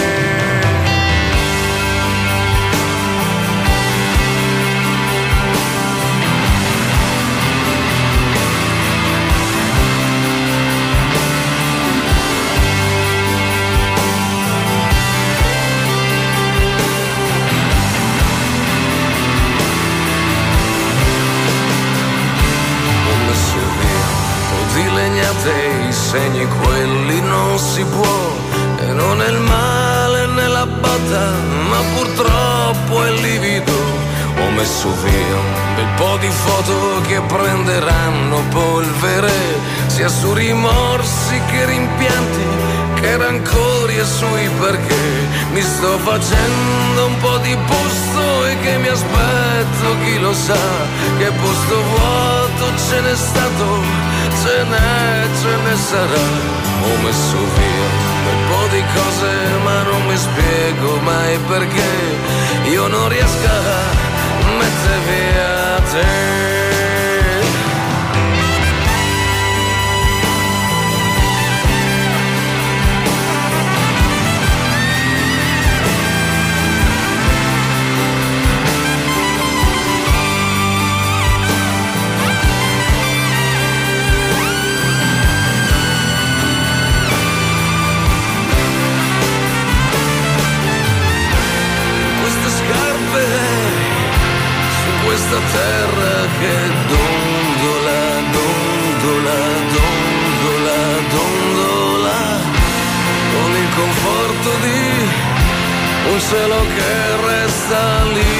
I segni quelli non si può, e non è il male nella botta, ma purtroppo è livido. Ho messo via un bel po' di foto che prenderanno polvere, sia su rimorsi che rimpianti, che rancori e sui perché. Mi sto facendo un po' di posto e che mi aspetto, chi lo sa, che posto vuoto ce n'è stato, ce ne sarà. Ho messo via un bel po' di cose ma non mi spiego mai perché io non riesco a mettere via te. terra che dondola, dondola, dondola, dondola, con il conforto di un cielo che resta lì.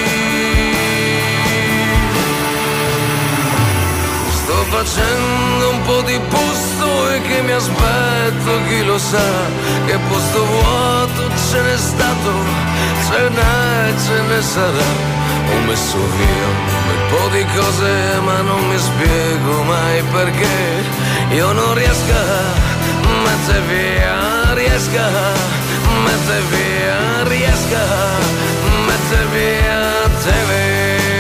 Sto facendo un po' di posto e che mi aspetto, chi lo sa, che posto vuoto ce n'è stato, ce ne sarà. Ho messo via un bel po' di cose ma non mi spiego mai perché io non riesco a mettere via, riesco a mettere via, riesco a mettere via te.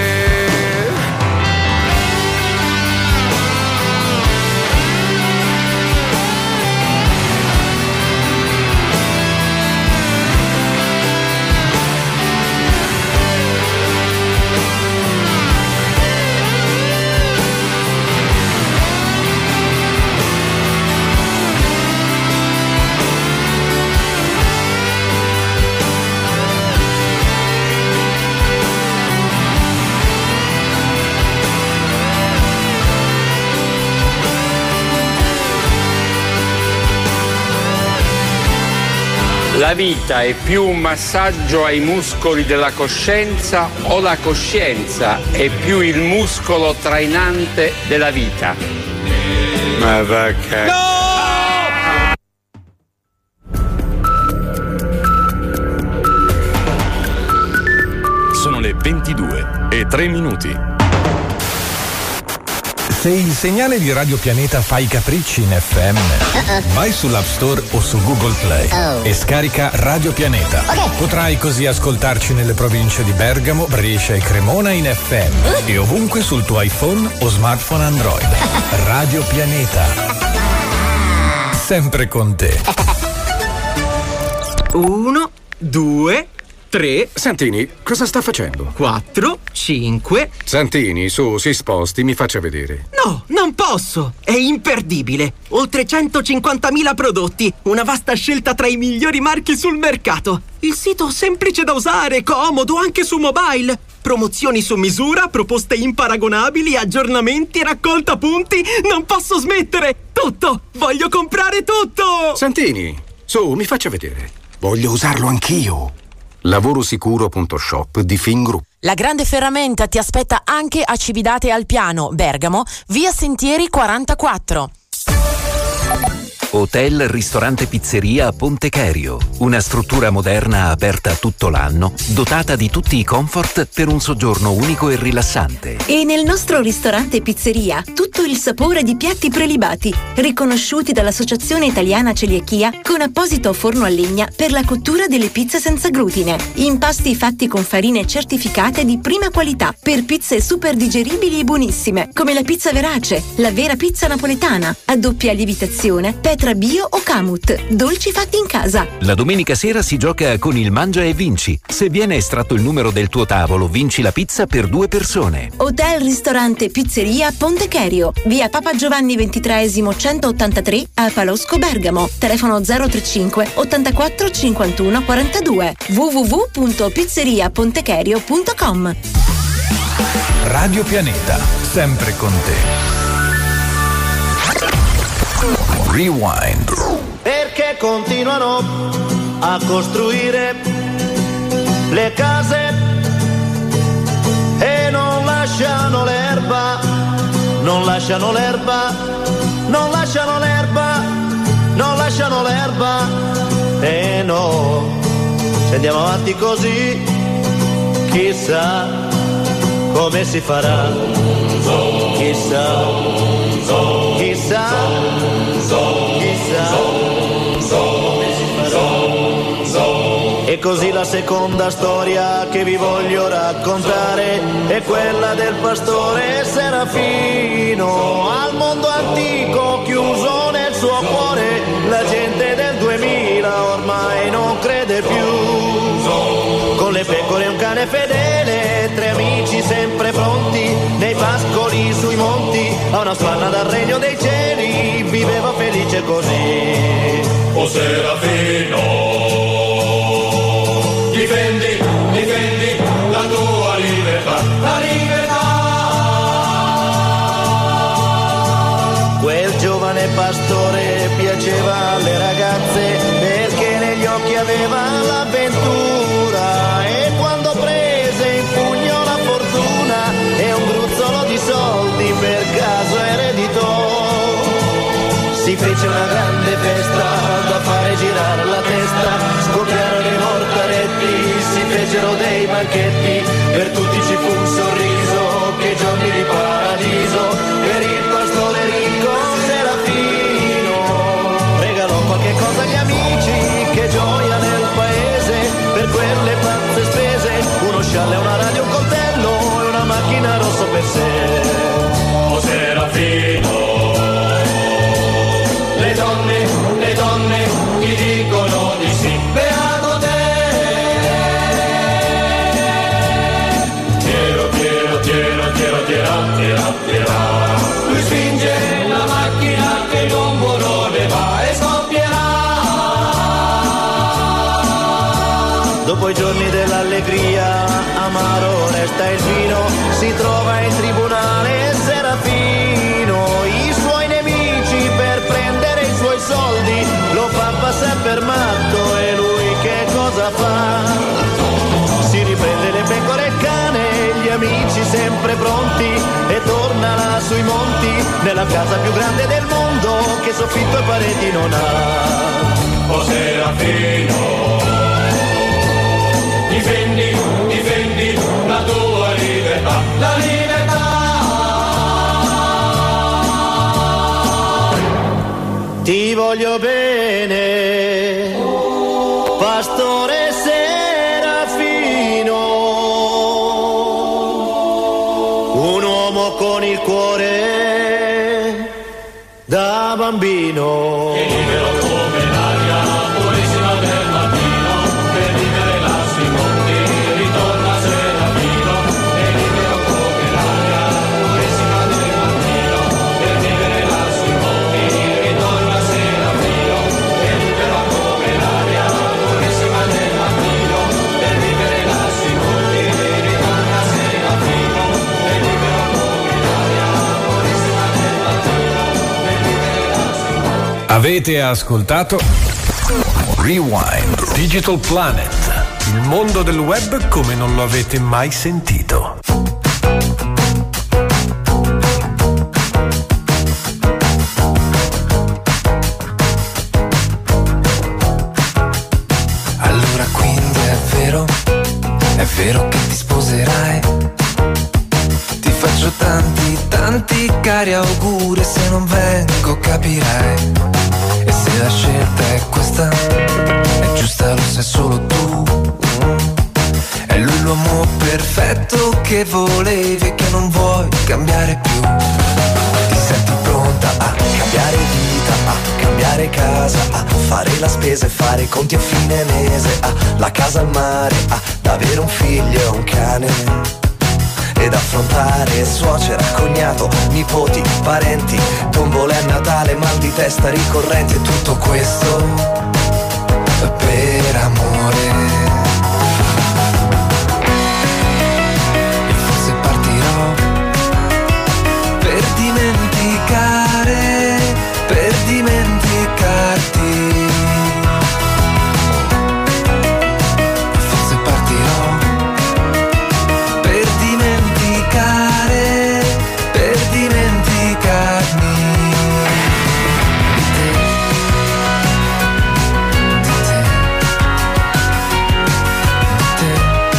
La vita è più un massaggio ai muscoli della coscienza o la coscienza è più il muscolo trainante della vita? Ma va che... Sono le 22:03. Se il segnale di Radio Pianeta fa i capricci in FM, vai sull'App Store o su Google Play e scarica Radio Pianeta. Potrai così ascoltarci nelle province di Bergamo, Brescia e Cremona in FM e ovunque sul tuo iPhone o smartphone Android. Radio Pianeta. Sempre con te. 1, 2, 3. Santini, cosa sta facendo? 4, 5. Santini, su, si sposti, mi faccia vedere. No, non posso! È imperdibile! Oltre 150.000 prodotti, una vasta scelta tra i migliori marchi sul mercato. Il sito semplice da usare, comodo anche su mobile. Promozioni su misura, proposte imparagonabili, aggiornamenti e raccolta punti. Non posso smettere! Tutto! Voglio comprare tutto! Santini, su, mi faccia vedere. Voglio usarlo anch'io. Lavorosicuro.shop di Fingroup. La grande ferramenta ti aspetta anche a Cividate al Piano, Bergamo, via Sentieri 44. Hotel, ristorante, pizzeria a Ponte Cherio. Una struttura moderna aperta tutto l'anno, dotata di tutti i comfort per un soggiorno unico e rilassante. E nel nostro ristorante e pizzeria tutto il sapore di piatti prelibati, riconosciuti dall'Associazione Italiana Celiachia, con apposito forno a legna per la cottura delle pizze senza glutine. Impasti fatti con farine certificate di prima qualità per pizze super digeribili e buonissime, come la pizza verace, la vera pizza napoletana, a doppia lievitazione, Petra Bio o Camut, dolci fatti in casa. La domenica sera si gioca con il Mangia e Vinci. Se viene estratto il numero del tuo tavolo, vinci la pizza per 2 persone. Hotel, ristorante, pizzeria Ponte Cherio, via Papa Giovanni XXIII 183 a Palosco, Bergamo. Telefono 035 84 51 42. www.pizzeriapontecherio.com. Radio Pianeta, sempre con te. Rewind. Perché continuano a costruire le case e non lasciano l'erba, non lasciano l'erba, non lasciano l'erba, non lasciano l'erba. E no, se andiamo avanti così, chissà come si farà, chissà, chissà, chissà come si farà. E così la seconda storia che vi voglio raccontare è quella del pastore Serafino, al mondo antico chiuso nel suo cuore. La gente del 2000 ormai non crede più. Con le pecore e un cane fedele, 3 amici sempre pronti, nei pascoli sui monti, a una spanna dal regno dei cieli, viveva felice così. O Serafino, difendi la tua libertà, la libertà. pastore piaceva alle ragazze perché negli occhi aveva l'avventura, e quando prese in pugno la fortuna e un gruzzolo di soldi per caso ereditò, si fece una grande festa da fare girare la testa, scoppiarono i mortaretti, si fecero dei banchetti, per tutti ci fu un sorriso, che giorni di paradiso, per il pastore ricco Serafino, regalò qualche cosa agli amici, che gioia nel paese, per quelle pazze spese, uno scialle, una radio, un coltello e una macchina rosso per sé. Oh Serafino, le donne ti dicono di sì. Beato te. Tira. Lui spinge la macchina che l'uomo non ne va e scoppierà. Dopo i giorni dell'allegria, amaro resta il vino, si trova in tribunale Serafino, i suoi nemici per prendere i suoi soldi lo fa passare per matto, e lui che cosa fa? Si riprende le pecore e il cane, gli amici sempre pronti, e torna là sui monti, nella casa più grande del mondo, che soffitto e pareti non ha. Oh Serafino, difendi la tua libertà, la libertà. Ti voglio bene, pastore Serafino, un uomo con il cuore da bambino. E libero come l'aria purissima del mattino, per vivere là sui monti ritorna Serafino. E libero come l'aria purissima del mattino, per vivere là sui monti ritorna Serafino. E libero come l'aria purissima del mattino, per vivere là sui monti ritorna Serafino. E libero come l'aria purissima del mattino, per vivere là sui monti. Avete ascoltato Rewind Digital Planet, il mondo del web come non lo avete mai sentito. Allora quindi è vero che ti sposerai. Ti faccio tanti cari auguri, se non vengo capirai. E se la scelta è questa, è giusta, lo sai solo tu. È lui l'uomo perfetto che volevi e che non vuoi cambiare più. Ti senti pronta a cambiare vita, a cambiare casa, a fare la spesa e fare i conti a fine mese, a la casa al mare, ad avere un figlio e un cane, ed affrontare suocera, cognato, nipoti, parenti, tombole a Natale, mal di testa ricorrenti, e tutto questo per amore. E forse partirò per dimenticarti. Forse partirò per dimenticarmi di te, di te, di te.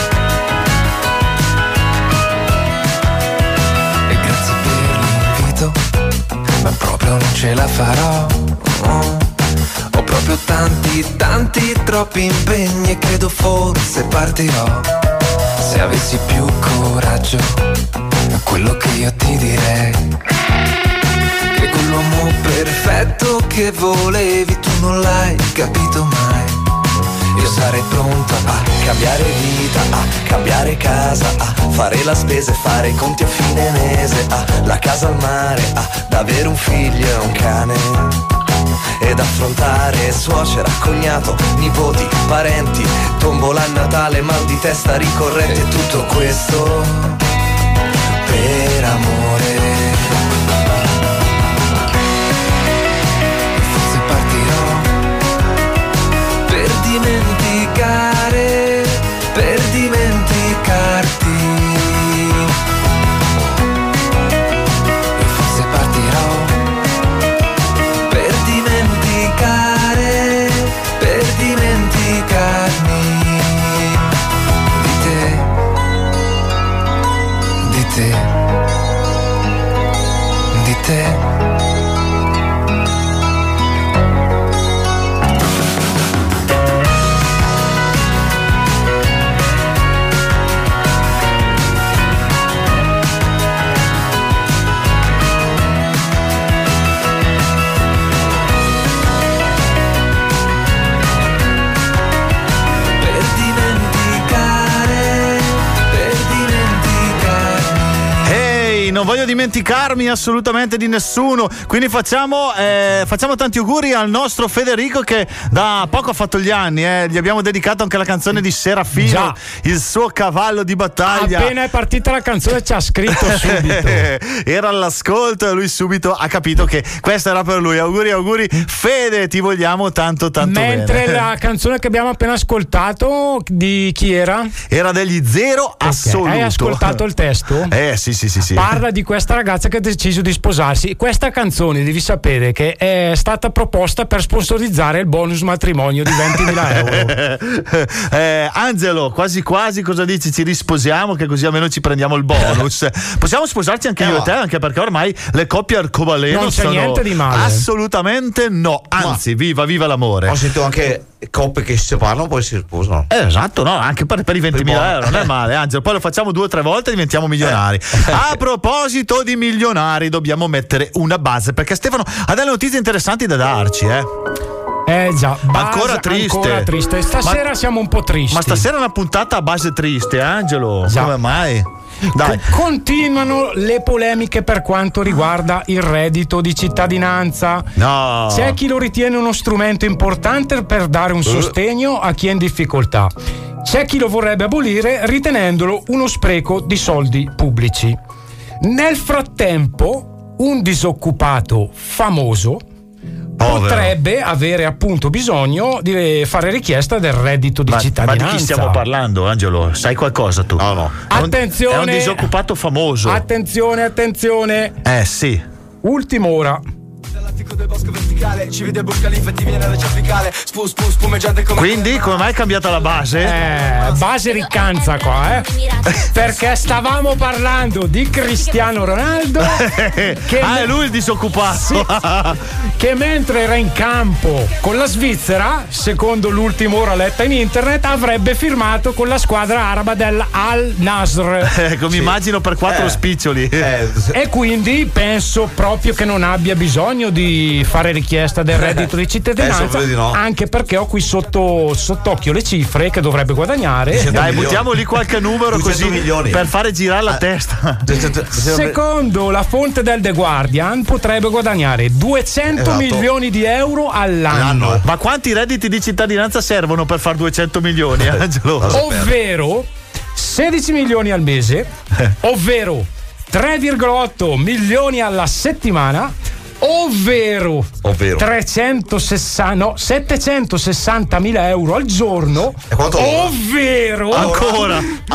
E grazie per l'invito, ma proprio non ce la farò. Ho proprio tanti, troppi impegni, e credo forse partirò. Se avessi più coraggio, quello che io ti direi, che quell'uomo perfetto che volevi tu non l'hai capito mai. Io sarei pronta a cambiare vita, a cambiare casa, a fare la spesa e fare i conti a fine mese, a la casa al mare, ad avere un figlio e un cane, ed affrontare suocera, cognato, nipoti, parenti, tombola a Natale, mal di testa ricorrente, tutto questo per amore. te, di te. Non voglio dimenticarmi assolutamente di nessuno, quindi facciamo tanti auguri al nostro Federico che da poco ha fatto gli anni, gli abbiamo dedicato anche la canzone di Serafino. Già. Il suo cavallo di battaglia. Appena è partita la canzone ci ha scritto subito. Era all'ascolto e lui subito ha capito che questa era per lui. Auguri Fede, ti vogliamo tanto Mentre bene. La canzone che abbiamo appena ascoltato di chi era? Era degli Zero Assoluto. Hai ascoltato il testo? Sì. Parla di questa ragazza che ha deciso di sposarsi. Questa canzone devi sapere che è stata proposta per sponsorizzare il bonus matrimonio di 20.000 euro. Angelo, quasi cosa dici? Ci risposiamo che così almeno ci prendiamo il bonus. Possiamo sposarci anche io e te, anche perché ormai le coppie arcobaleno non c'è niente di male. Assolutamente no, anzi viva l'amore. Ho sentito anche coppie che si separano poi si sposano. Esatto, no, anche per i 20.000 euro non è male, Angelo. Poi lo facciamo 2 o 3 volte e diventiamo milionari. A proposito di milionari, dobbiamo mettere una base perché Stefano ha delle notizie interessanti da darci, già, ancora triste. Stasera siamo un po' tristi. Ma stasera è una puntata a base triste, Angelo. Già. Come mai? Dai. Continuano le polemiche per quanto riguarda il reddito di cittadinanza. No. C'è chi lo ritiene uno strumento importante per dare un sostegno a chi è in difficoltà. C'è chi lo vorrebbe abolire ritenendolo uno spreco di soldi pubblici. Nel frattempo, un disoccupato famoso potrebbe avere appunto bisogno di fare richiesta del reddito di cittadinanza. Ma di chi stiamo parlando, Angelo? Sai qualcosa tu? No. Attenzione! È un disoccupato famoso. Attenzione! Sì. Ultima ora. Del bosco verticale, ci vede Burj Khalifa, ti viene da cervicale, spumeggiante come. Quindi come mai è cambiata la base? Base riccanza qua, perché stavamo parlando di Cristiano Ronaldo che è lui il disoccupato. Sì, che mentre era in campo con la Svizzera, secondo l'ultima ora letta in internet, avrebbe firmato con la squadra araba del Al Nasr. Mi immagino per 4 spiccioli. E quindi penso proprio che non abbia bisogno di fare richiesta del reddito di cittadinanza, no. Anche perché ho qui sott'occhio le cifre che dovrebbe guadagnare. Dai, buttiamo lì qualche numero così milioni. Per fare girare la testa. Secondo la fonte del The Guardian potrebbe guadagnare 200 milioni di euro all'anno. Ma quanti redditi di cittadinanza servono per fare 200 milioni, Angelo? Ovvero 16 milioni al mese, ovvero 3,8 milioni alla settimana, ovvero 760.000 euro al giorno, ovvero ancora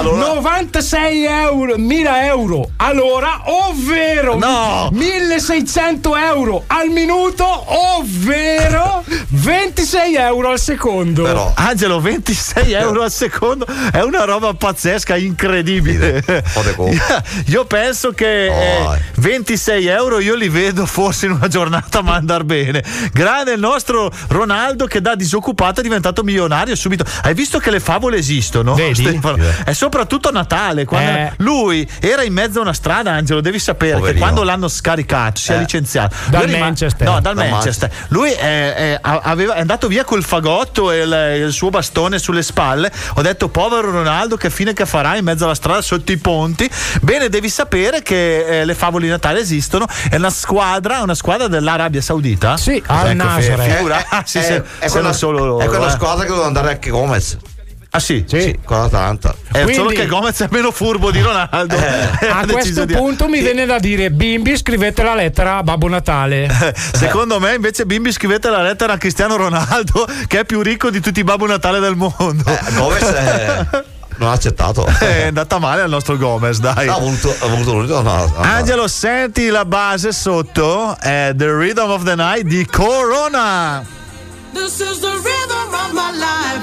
96.000 euro all'ora, ovvero 1.600 euro al minuto, ovvero 26 euro al secondo. Però Angelo, 26 euro al secondo è una roba pazzesca, incredibile. Io penso che 26 euro io li vedo forse in una giornata ma andar bene. Grande il nostro Ronaldo che da disoccupato è diventato milionario subito. Hai visto che le favole esistono? Vedi? È soprattutto a Natale quando lui era in mezzo a una strada, Angelo, devi sapere che quando l'hanno scaricato si è licenziato dal Manchester. Dal Manchester. Lui è andato via col fagotto e il suo bastone sulle spalle. Ho detto povero Ronaldo, che fine che farà in mezzo alla strada sotto i ponti. Bene, devi sapere che le favole di Natale esistono. È una squadra dell'Arabia Saudita. Sì, Al Nasr. È quella squadra che doveva andare anche Gomez. Ah sì? Con l'Atalanta. Solo che Gomez è meno furbo di Ronaldo. A questo punto mi viene da dire: bimbi, scrivete la lettera a Babbo Natale. Secondo me invece bimbi, scrivete la lettera a Cristiano Ronaldo, che è più ricco di tutti i Babbo Natale del mondo. Gomez non ha accettato. È andata male al nostro Gomez, dai. Ha voluto lui. Angelo, senti la base sotto, è The Rhythm of the Night di Corona. This is the rhythm of my life.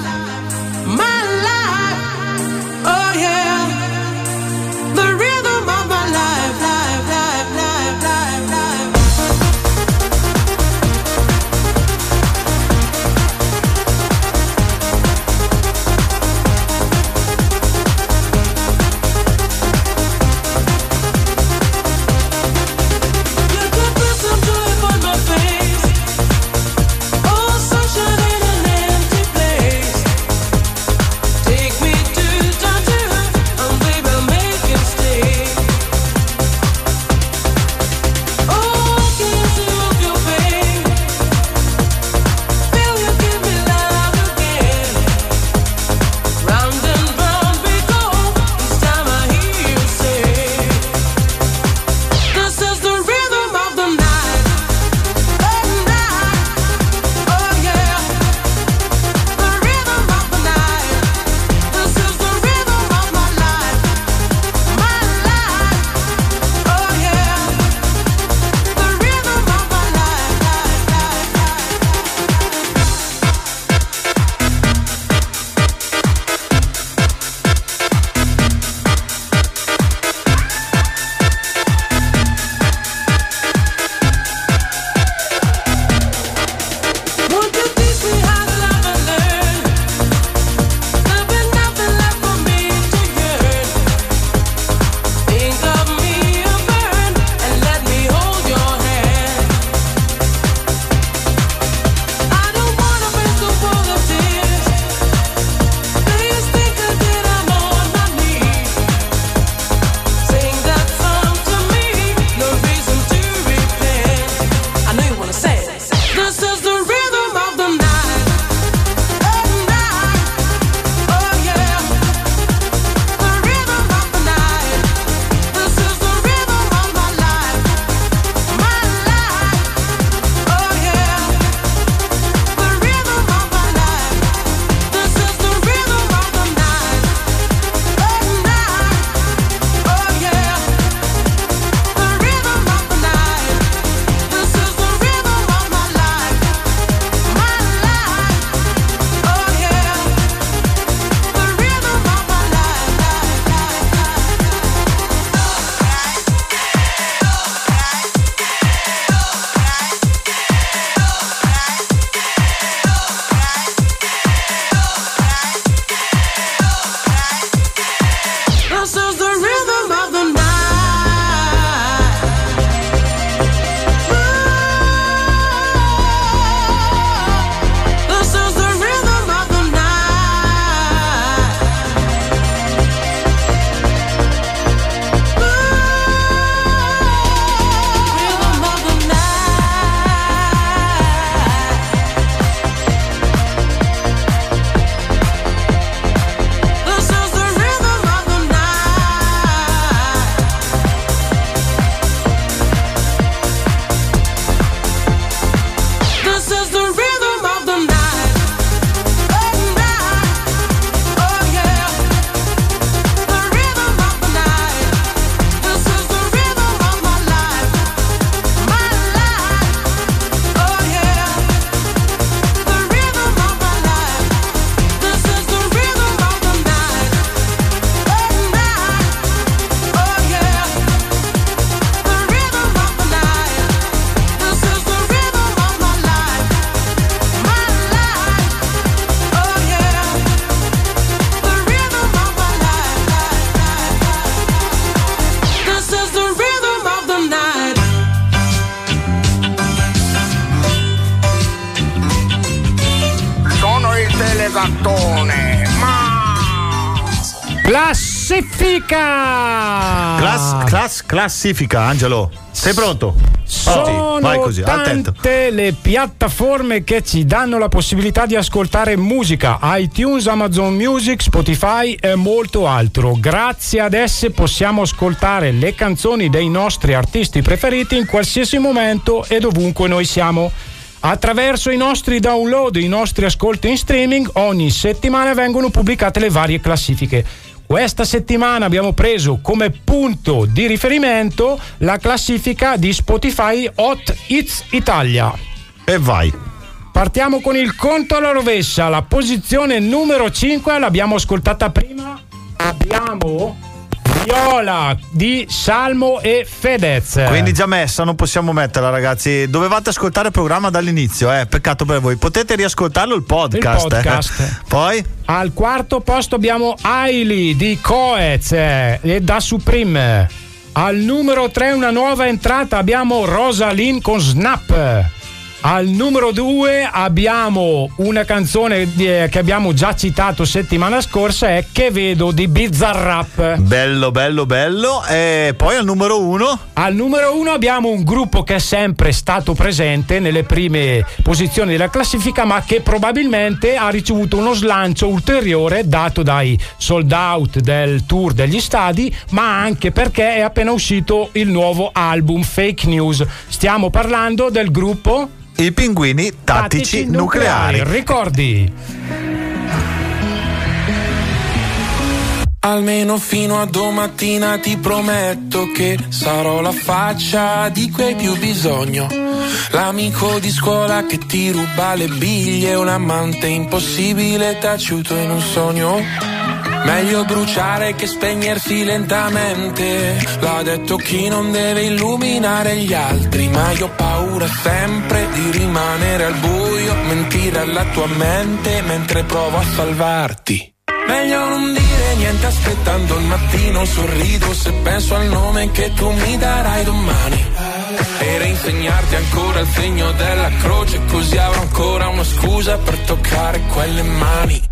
My life. Oh yeah. The rhythm of my life. classifica. Classifica, Angelo. Sei pronto? Sono vai così, tante le piattaforme che ci danno la possibilità di ascoltare musica: iTunes, Amazon Music, Spotify e molto altro. Grazie ad esse possiamo ascoltare le canzoni dei nostri artisti preferiti in qualsiasi momento e dovunque noi siamo. Attraverso i nostri download, i nostri ascolti in streaming, ogni settimana vengono pubblicate le varie classifiche. Questa settimana abbiamo preso come punto di riferimento la classifica di Spotify Hot Hits Italia. E vai. Partiamo con il conto alla rovescia. La posizione numero 5 l'abbiamo ascoltata prima. Abbiamo Viola di Salmo e Fedez. Quindi già messa, non possiamo metterla, ragazzi. Dovevate ascoltare il programma dall'inizio, peccato per voi. Potete riascoltarlo il podcast. Poi al quarto posto abbiamo Hailey di Coez e da Supreme. Al numero 3 una nuova entrata, abbiamo Rosalind con Snap. Al numero 2 abbiamo una canzone che abbiamo già citato settimana scorsa, è Che vedo di Bizarrap. Bello. E poi al numero 1? Al numero 1 abbiamo un gruppo che è sempre stato presente nelle prime posizioni della classifica, ma che probabilmente ha ricevuto uno slancio ulteriore dato dai sold out del tour degli stadi, ma anche perché è appena uscito il nuovo album Fake News. Stiamo parlando del gruppo I Pinguini Tattici Nucleari. Ricordi? Almeno fino a domattina ti prometto che sarò la faccia di cui hai più bisogno. L'amico di scuola che ti ruba le biglie, un amante impossibile taciuto in un sogno. Meglio bruciare che spegnersi lentamente, l'ha detto chi non deve illuminare gli altri. Ma io ho paura sempre di rimanere al buio, mentire alla tua mente mentre provo a salvarti. Meglio non dire niente aspettando il mattino, sorrido se penso al nome che tu mi darai domani. E insegnarti ancora il segno della croce, così avrò ancora una scusa per toccare quelle mani.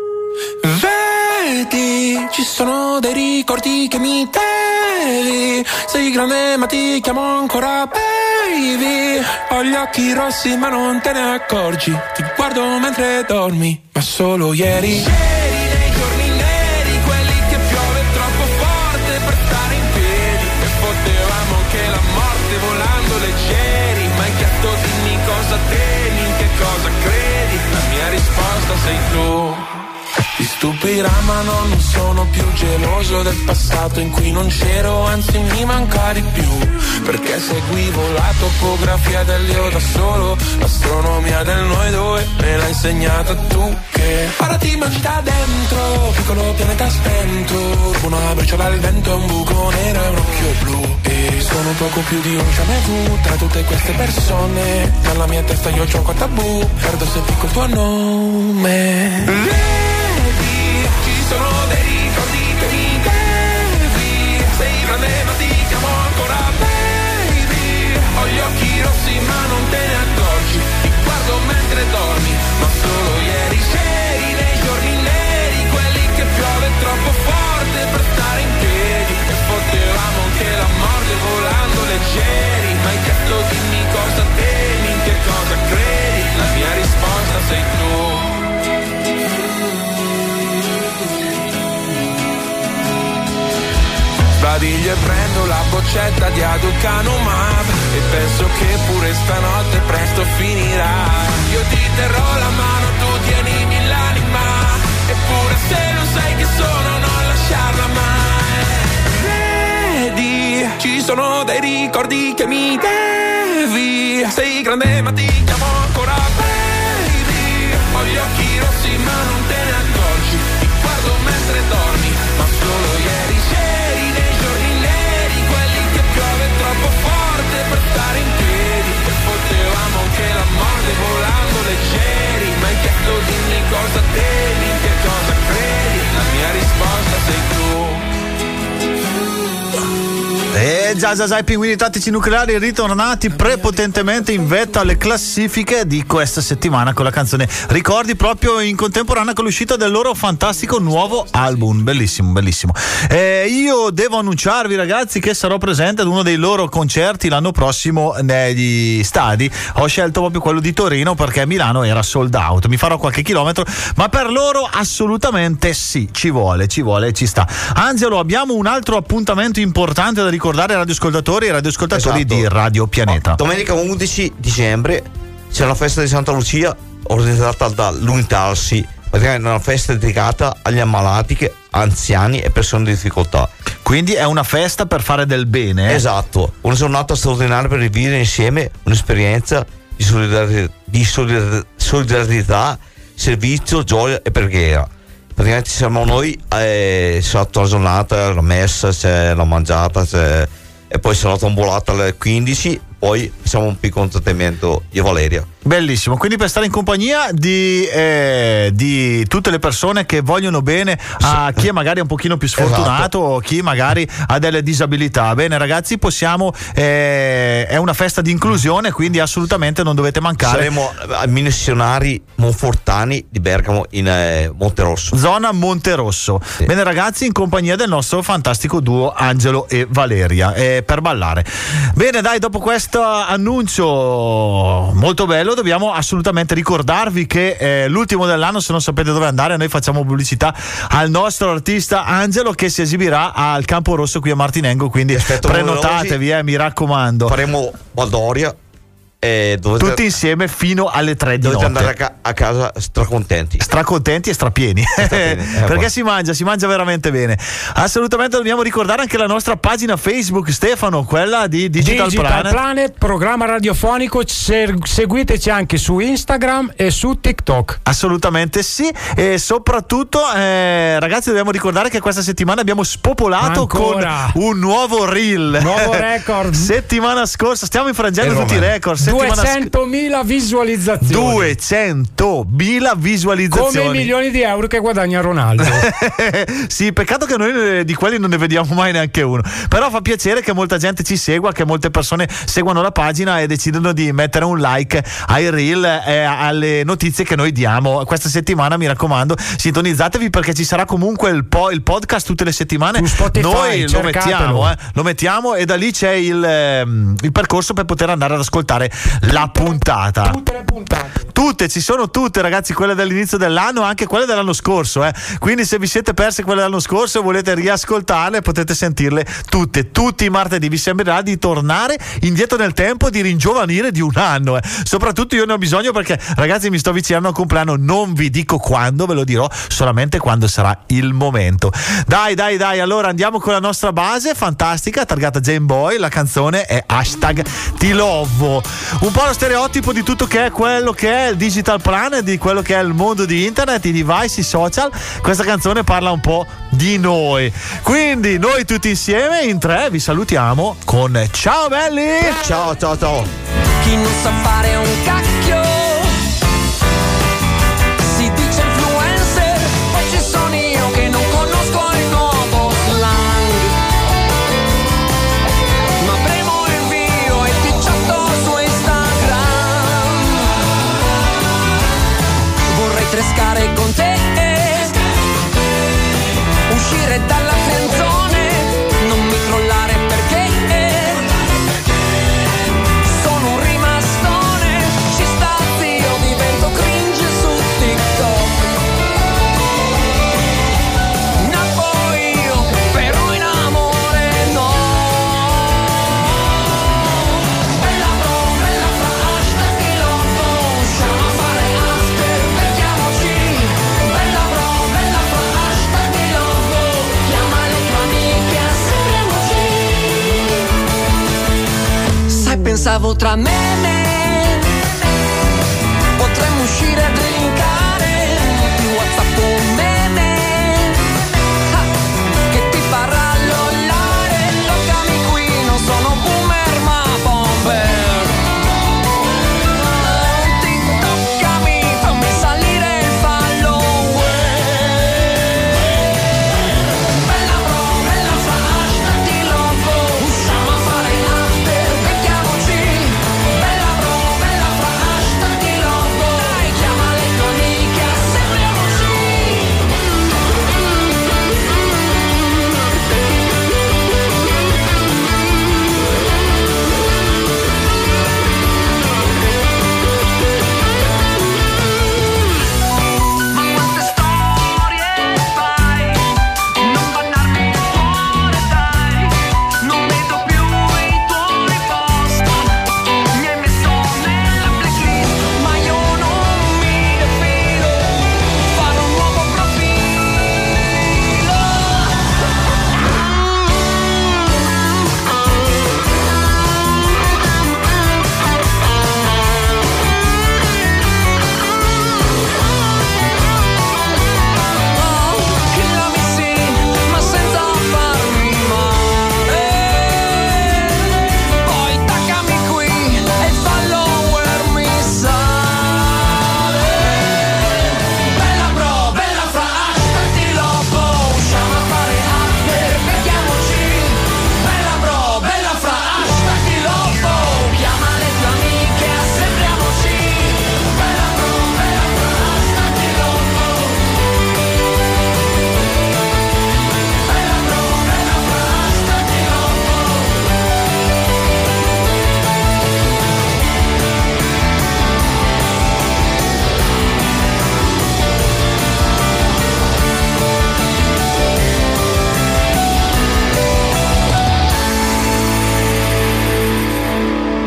Vedi, ci sono dei ricordi che mi devi. Sei grande ma ti chiamo ancora baby. Ho gli occhi rossi ma non te ne accorgi. Ti guardo mentre dormi, ma solo ieri. C'eri nei giorni neri, quelli che piove troppo forte per stare in piedi. E potevamo che la morte volando leggeri. Ma hai chiesto dimmi cosa temi, in che cosa credi. La mia risposta sei tu. Ti stupirà ma no, non sono più geloso del passato in cui non c'ero, anzi mi manca di più. Perché seguivo la topografia dell'io da solo, l'astronomia del noi due me l'hai insegnata tu. Che ora ti mangi da dentro, piccolo pianeta spento, una briciola al vento, un buco nero e un occhio blu. E sono poco più di un jamais vu tra tutte queste persone. Nella mia testa io c'ho qua tabù, perdo se dico il tuo nome. Sono dei ricordi che mi devi. Sei grande ma ti chiamo ancora baby. Ho gli occhi rossi ma non te ne accorgi. Ti guardo mentre dormi, ma solo ieri c'eri nei giorni neri, quelli che piove troppo forte per stare in piedi. E potevamo anche la morte volando leggeri. Ma hai chiesto dimmi cosa temi, in che cosa credi. La mia risposta sei tu. Sbadiglio e prendo la boccetta di Aducanumab e penso che pure stanotte presto finirà. Io ti terrò la mano, tu tienimi l'anima, eppure se non sai che sono non lasciarla mai. Vedi, ci sono dei ricordi che mi devi. Sei grande ma ti chiamo ancora baby. Ho gli occhi rossi ma non te ne accorgi. Ti guardo mentre dormi, ma solo ieri c'eri nei giorni neri, quelli che piove troppo forte per stare in piedi. E potevamo anche la morte volando leggeri. Ma hai chiesto dimmi cosa temi, in che cosa credi. La mia risposta sei tu. Già, i pinguini tattici nucleari ritornati prepotentemente in vetta alle classifiche di questa settimana con la canzone Ricordi, proprio in contemporanea con l'uscita del loro fantastico nuovo album. Bellissimo. Io devo annunciarvi, ragazzi, che sarò presente ad uno dei loro concerti l'anno prossimo negli stadi. Ho scelto proprio quello di Torino perché Milano era sold out. Mi farò qualche chilometro, ma per loro assolutamente sì, ci vuole, ci sta. Angelo, abbiamo un altro appuntamento importante da ricordare ai radioascoltatori e radioascoltatori di Radio Pianeta. Domenica 11 dicembre c'è la festa di Santa Lucia organizzata da l'Unitalsi, praticamente una festa dedicata agli ammalati, anziani e persone di difficoltà. Quindi è una festa per fare del bene. Esatto, una giornata straordinaria per vivere insieme un'esperienza di solidarietà, servizio, gioia e preghiera. Praticamente siamo noi, c'è la giornata, la messa, c'è la mangiata, e poi c'è la tombolata alle 15, poi facciamo un piccolo intrattenimento io e Valeria. Bellissimo, quindi per stare in compagnia di tutte le persone che vogliono bene a chi è magari un pochino più sfortunato, o chi magari ha delle disabilità. Bene ragazzi, possiamo, è una festa di inclusione, quindi assolutamente non dovete mancare. Saremo ai missionari monfortani di Bergamo in Monterosso, zona Monterosso. Sì. Bene ragazzi, in compagnia del nostro fantastico duo Angelo e Valeria, per ballare. Bene dai, dopo questo annuncio molto bello dobbiamo assolutamente ricordarvi che l'ultimo dell'anno, se non sapete dove andare, noi facciamo pubblicità al nostro artista Angelo che si esibirà al Campo Rosso qui a Martinengo, quindi prenotatevi, mi raccomando. Faremo Valdoria tutti insieme fino alle 3 di notte. Dovete andare a casa stracontenti e strapieni perché si mangia veramente bene. Assolutamente dobbiamo ricordare anche la nostra pagina Facebook, Stefano, quella di Digital Planet, programma radiofonico. Seguiteci anche su Instagram e su TikTok. Assolutamente sì, e soprattutto ragazzi dobbiamo ricordare che questa settimana abbiamo spopolato con un nuovo reel, nuovo record. Settimana scorsa stiamo infrangendo tutti i record. 200.000 visualizzazioni. 200.000 visualizzazioni. Come milioni di euro che guadagna Ronaldo. Sì, peccato che noi di quelli non ne vediamo mai neanche uno. Però fa piacere che molta gente ci segua, che molte persone seguano la pagina e decidono di mettere un like ai reel e alle notizie che noi diamo. Questa settimana, mi raccomando, sintonizzatevi perché ci sarà comunque il podcast tutte le settimane. Su Spotify, noi lo mettiamo e da lì c'è il percorso per poter andare ad ascoltare la puntata. Tutte le puntate. Ci sono tutte ragazzi, quelle dell'inizio dell'anno, anche quelle dell'anno scorso, quindi se vi siete persi quelle dell'anno scorso e volete riascoltarle potete sentirle tutti i martedì. Vi sembrerà di tornare indietro nel tempo e di ringiovanire di un anno, soprattutto io ne ho bisogno perché ragazzi mi sto avvicinando a un compleanno, non vi dico quando, ve lo dirò solamente quando sarà il momento. Dai, allora andiamo con la nostra base fantastica targata Game Boy. La canzone è #Tilovo, un po' lo stereotipo di tutto che è quello che è il Digital Planet, di quello che è il mondo di internet, i device, i social. Questa canzone parla un po' di noi, quindi noi tutti insieme in 3 vi salutiamo con ciao belli. Ciao. Chi non sa fare un cacchio si dice influencer, poi ci sono io che non conosco il nuovo slang, ma premo il video e ti chatto su Instagram. Vorrei trescare con te, uscire dalla friendzone, non mi crollare perché sono un rimastone, ci sta zio, divento cringe su TikTok. Nappo io, però in amore no. Bella fra hashtag Tilovo, usciamo a fare after, becchiamoci. Bella fra hashtag Tilovo, chiama le tue amiche, assembriamoci. Sai, pensavo tra me e me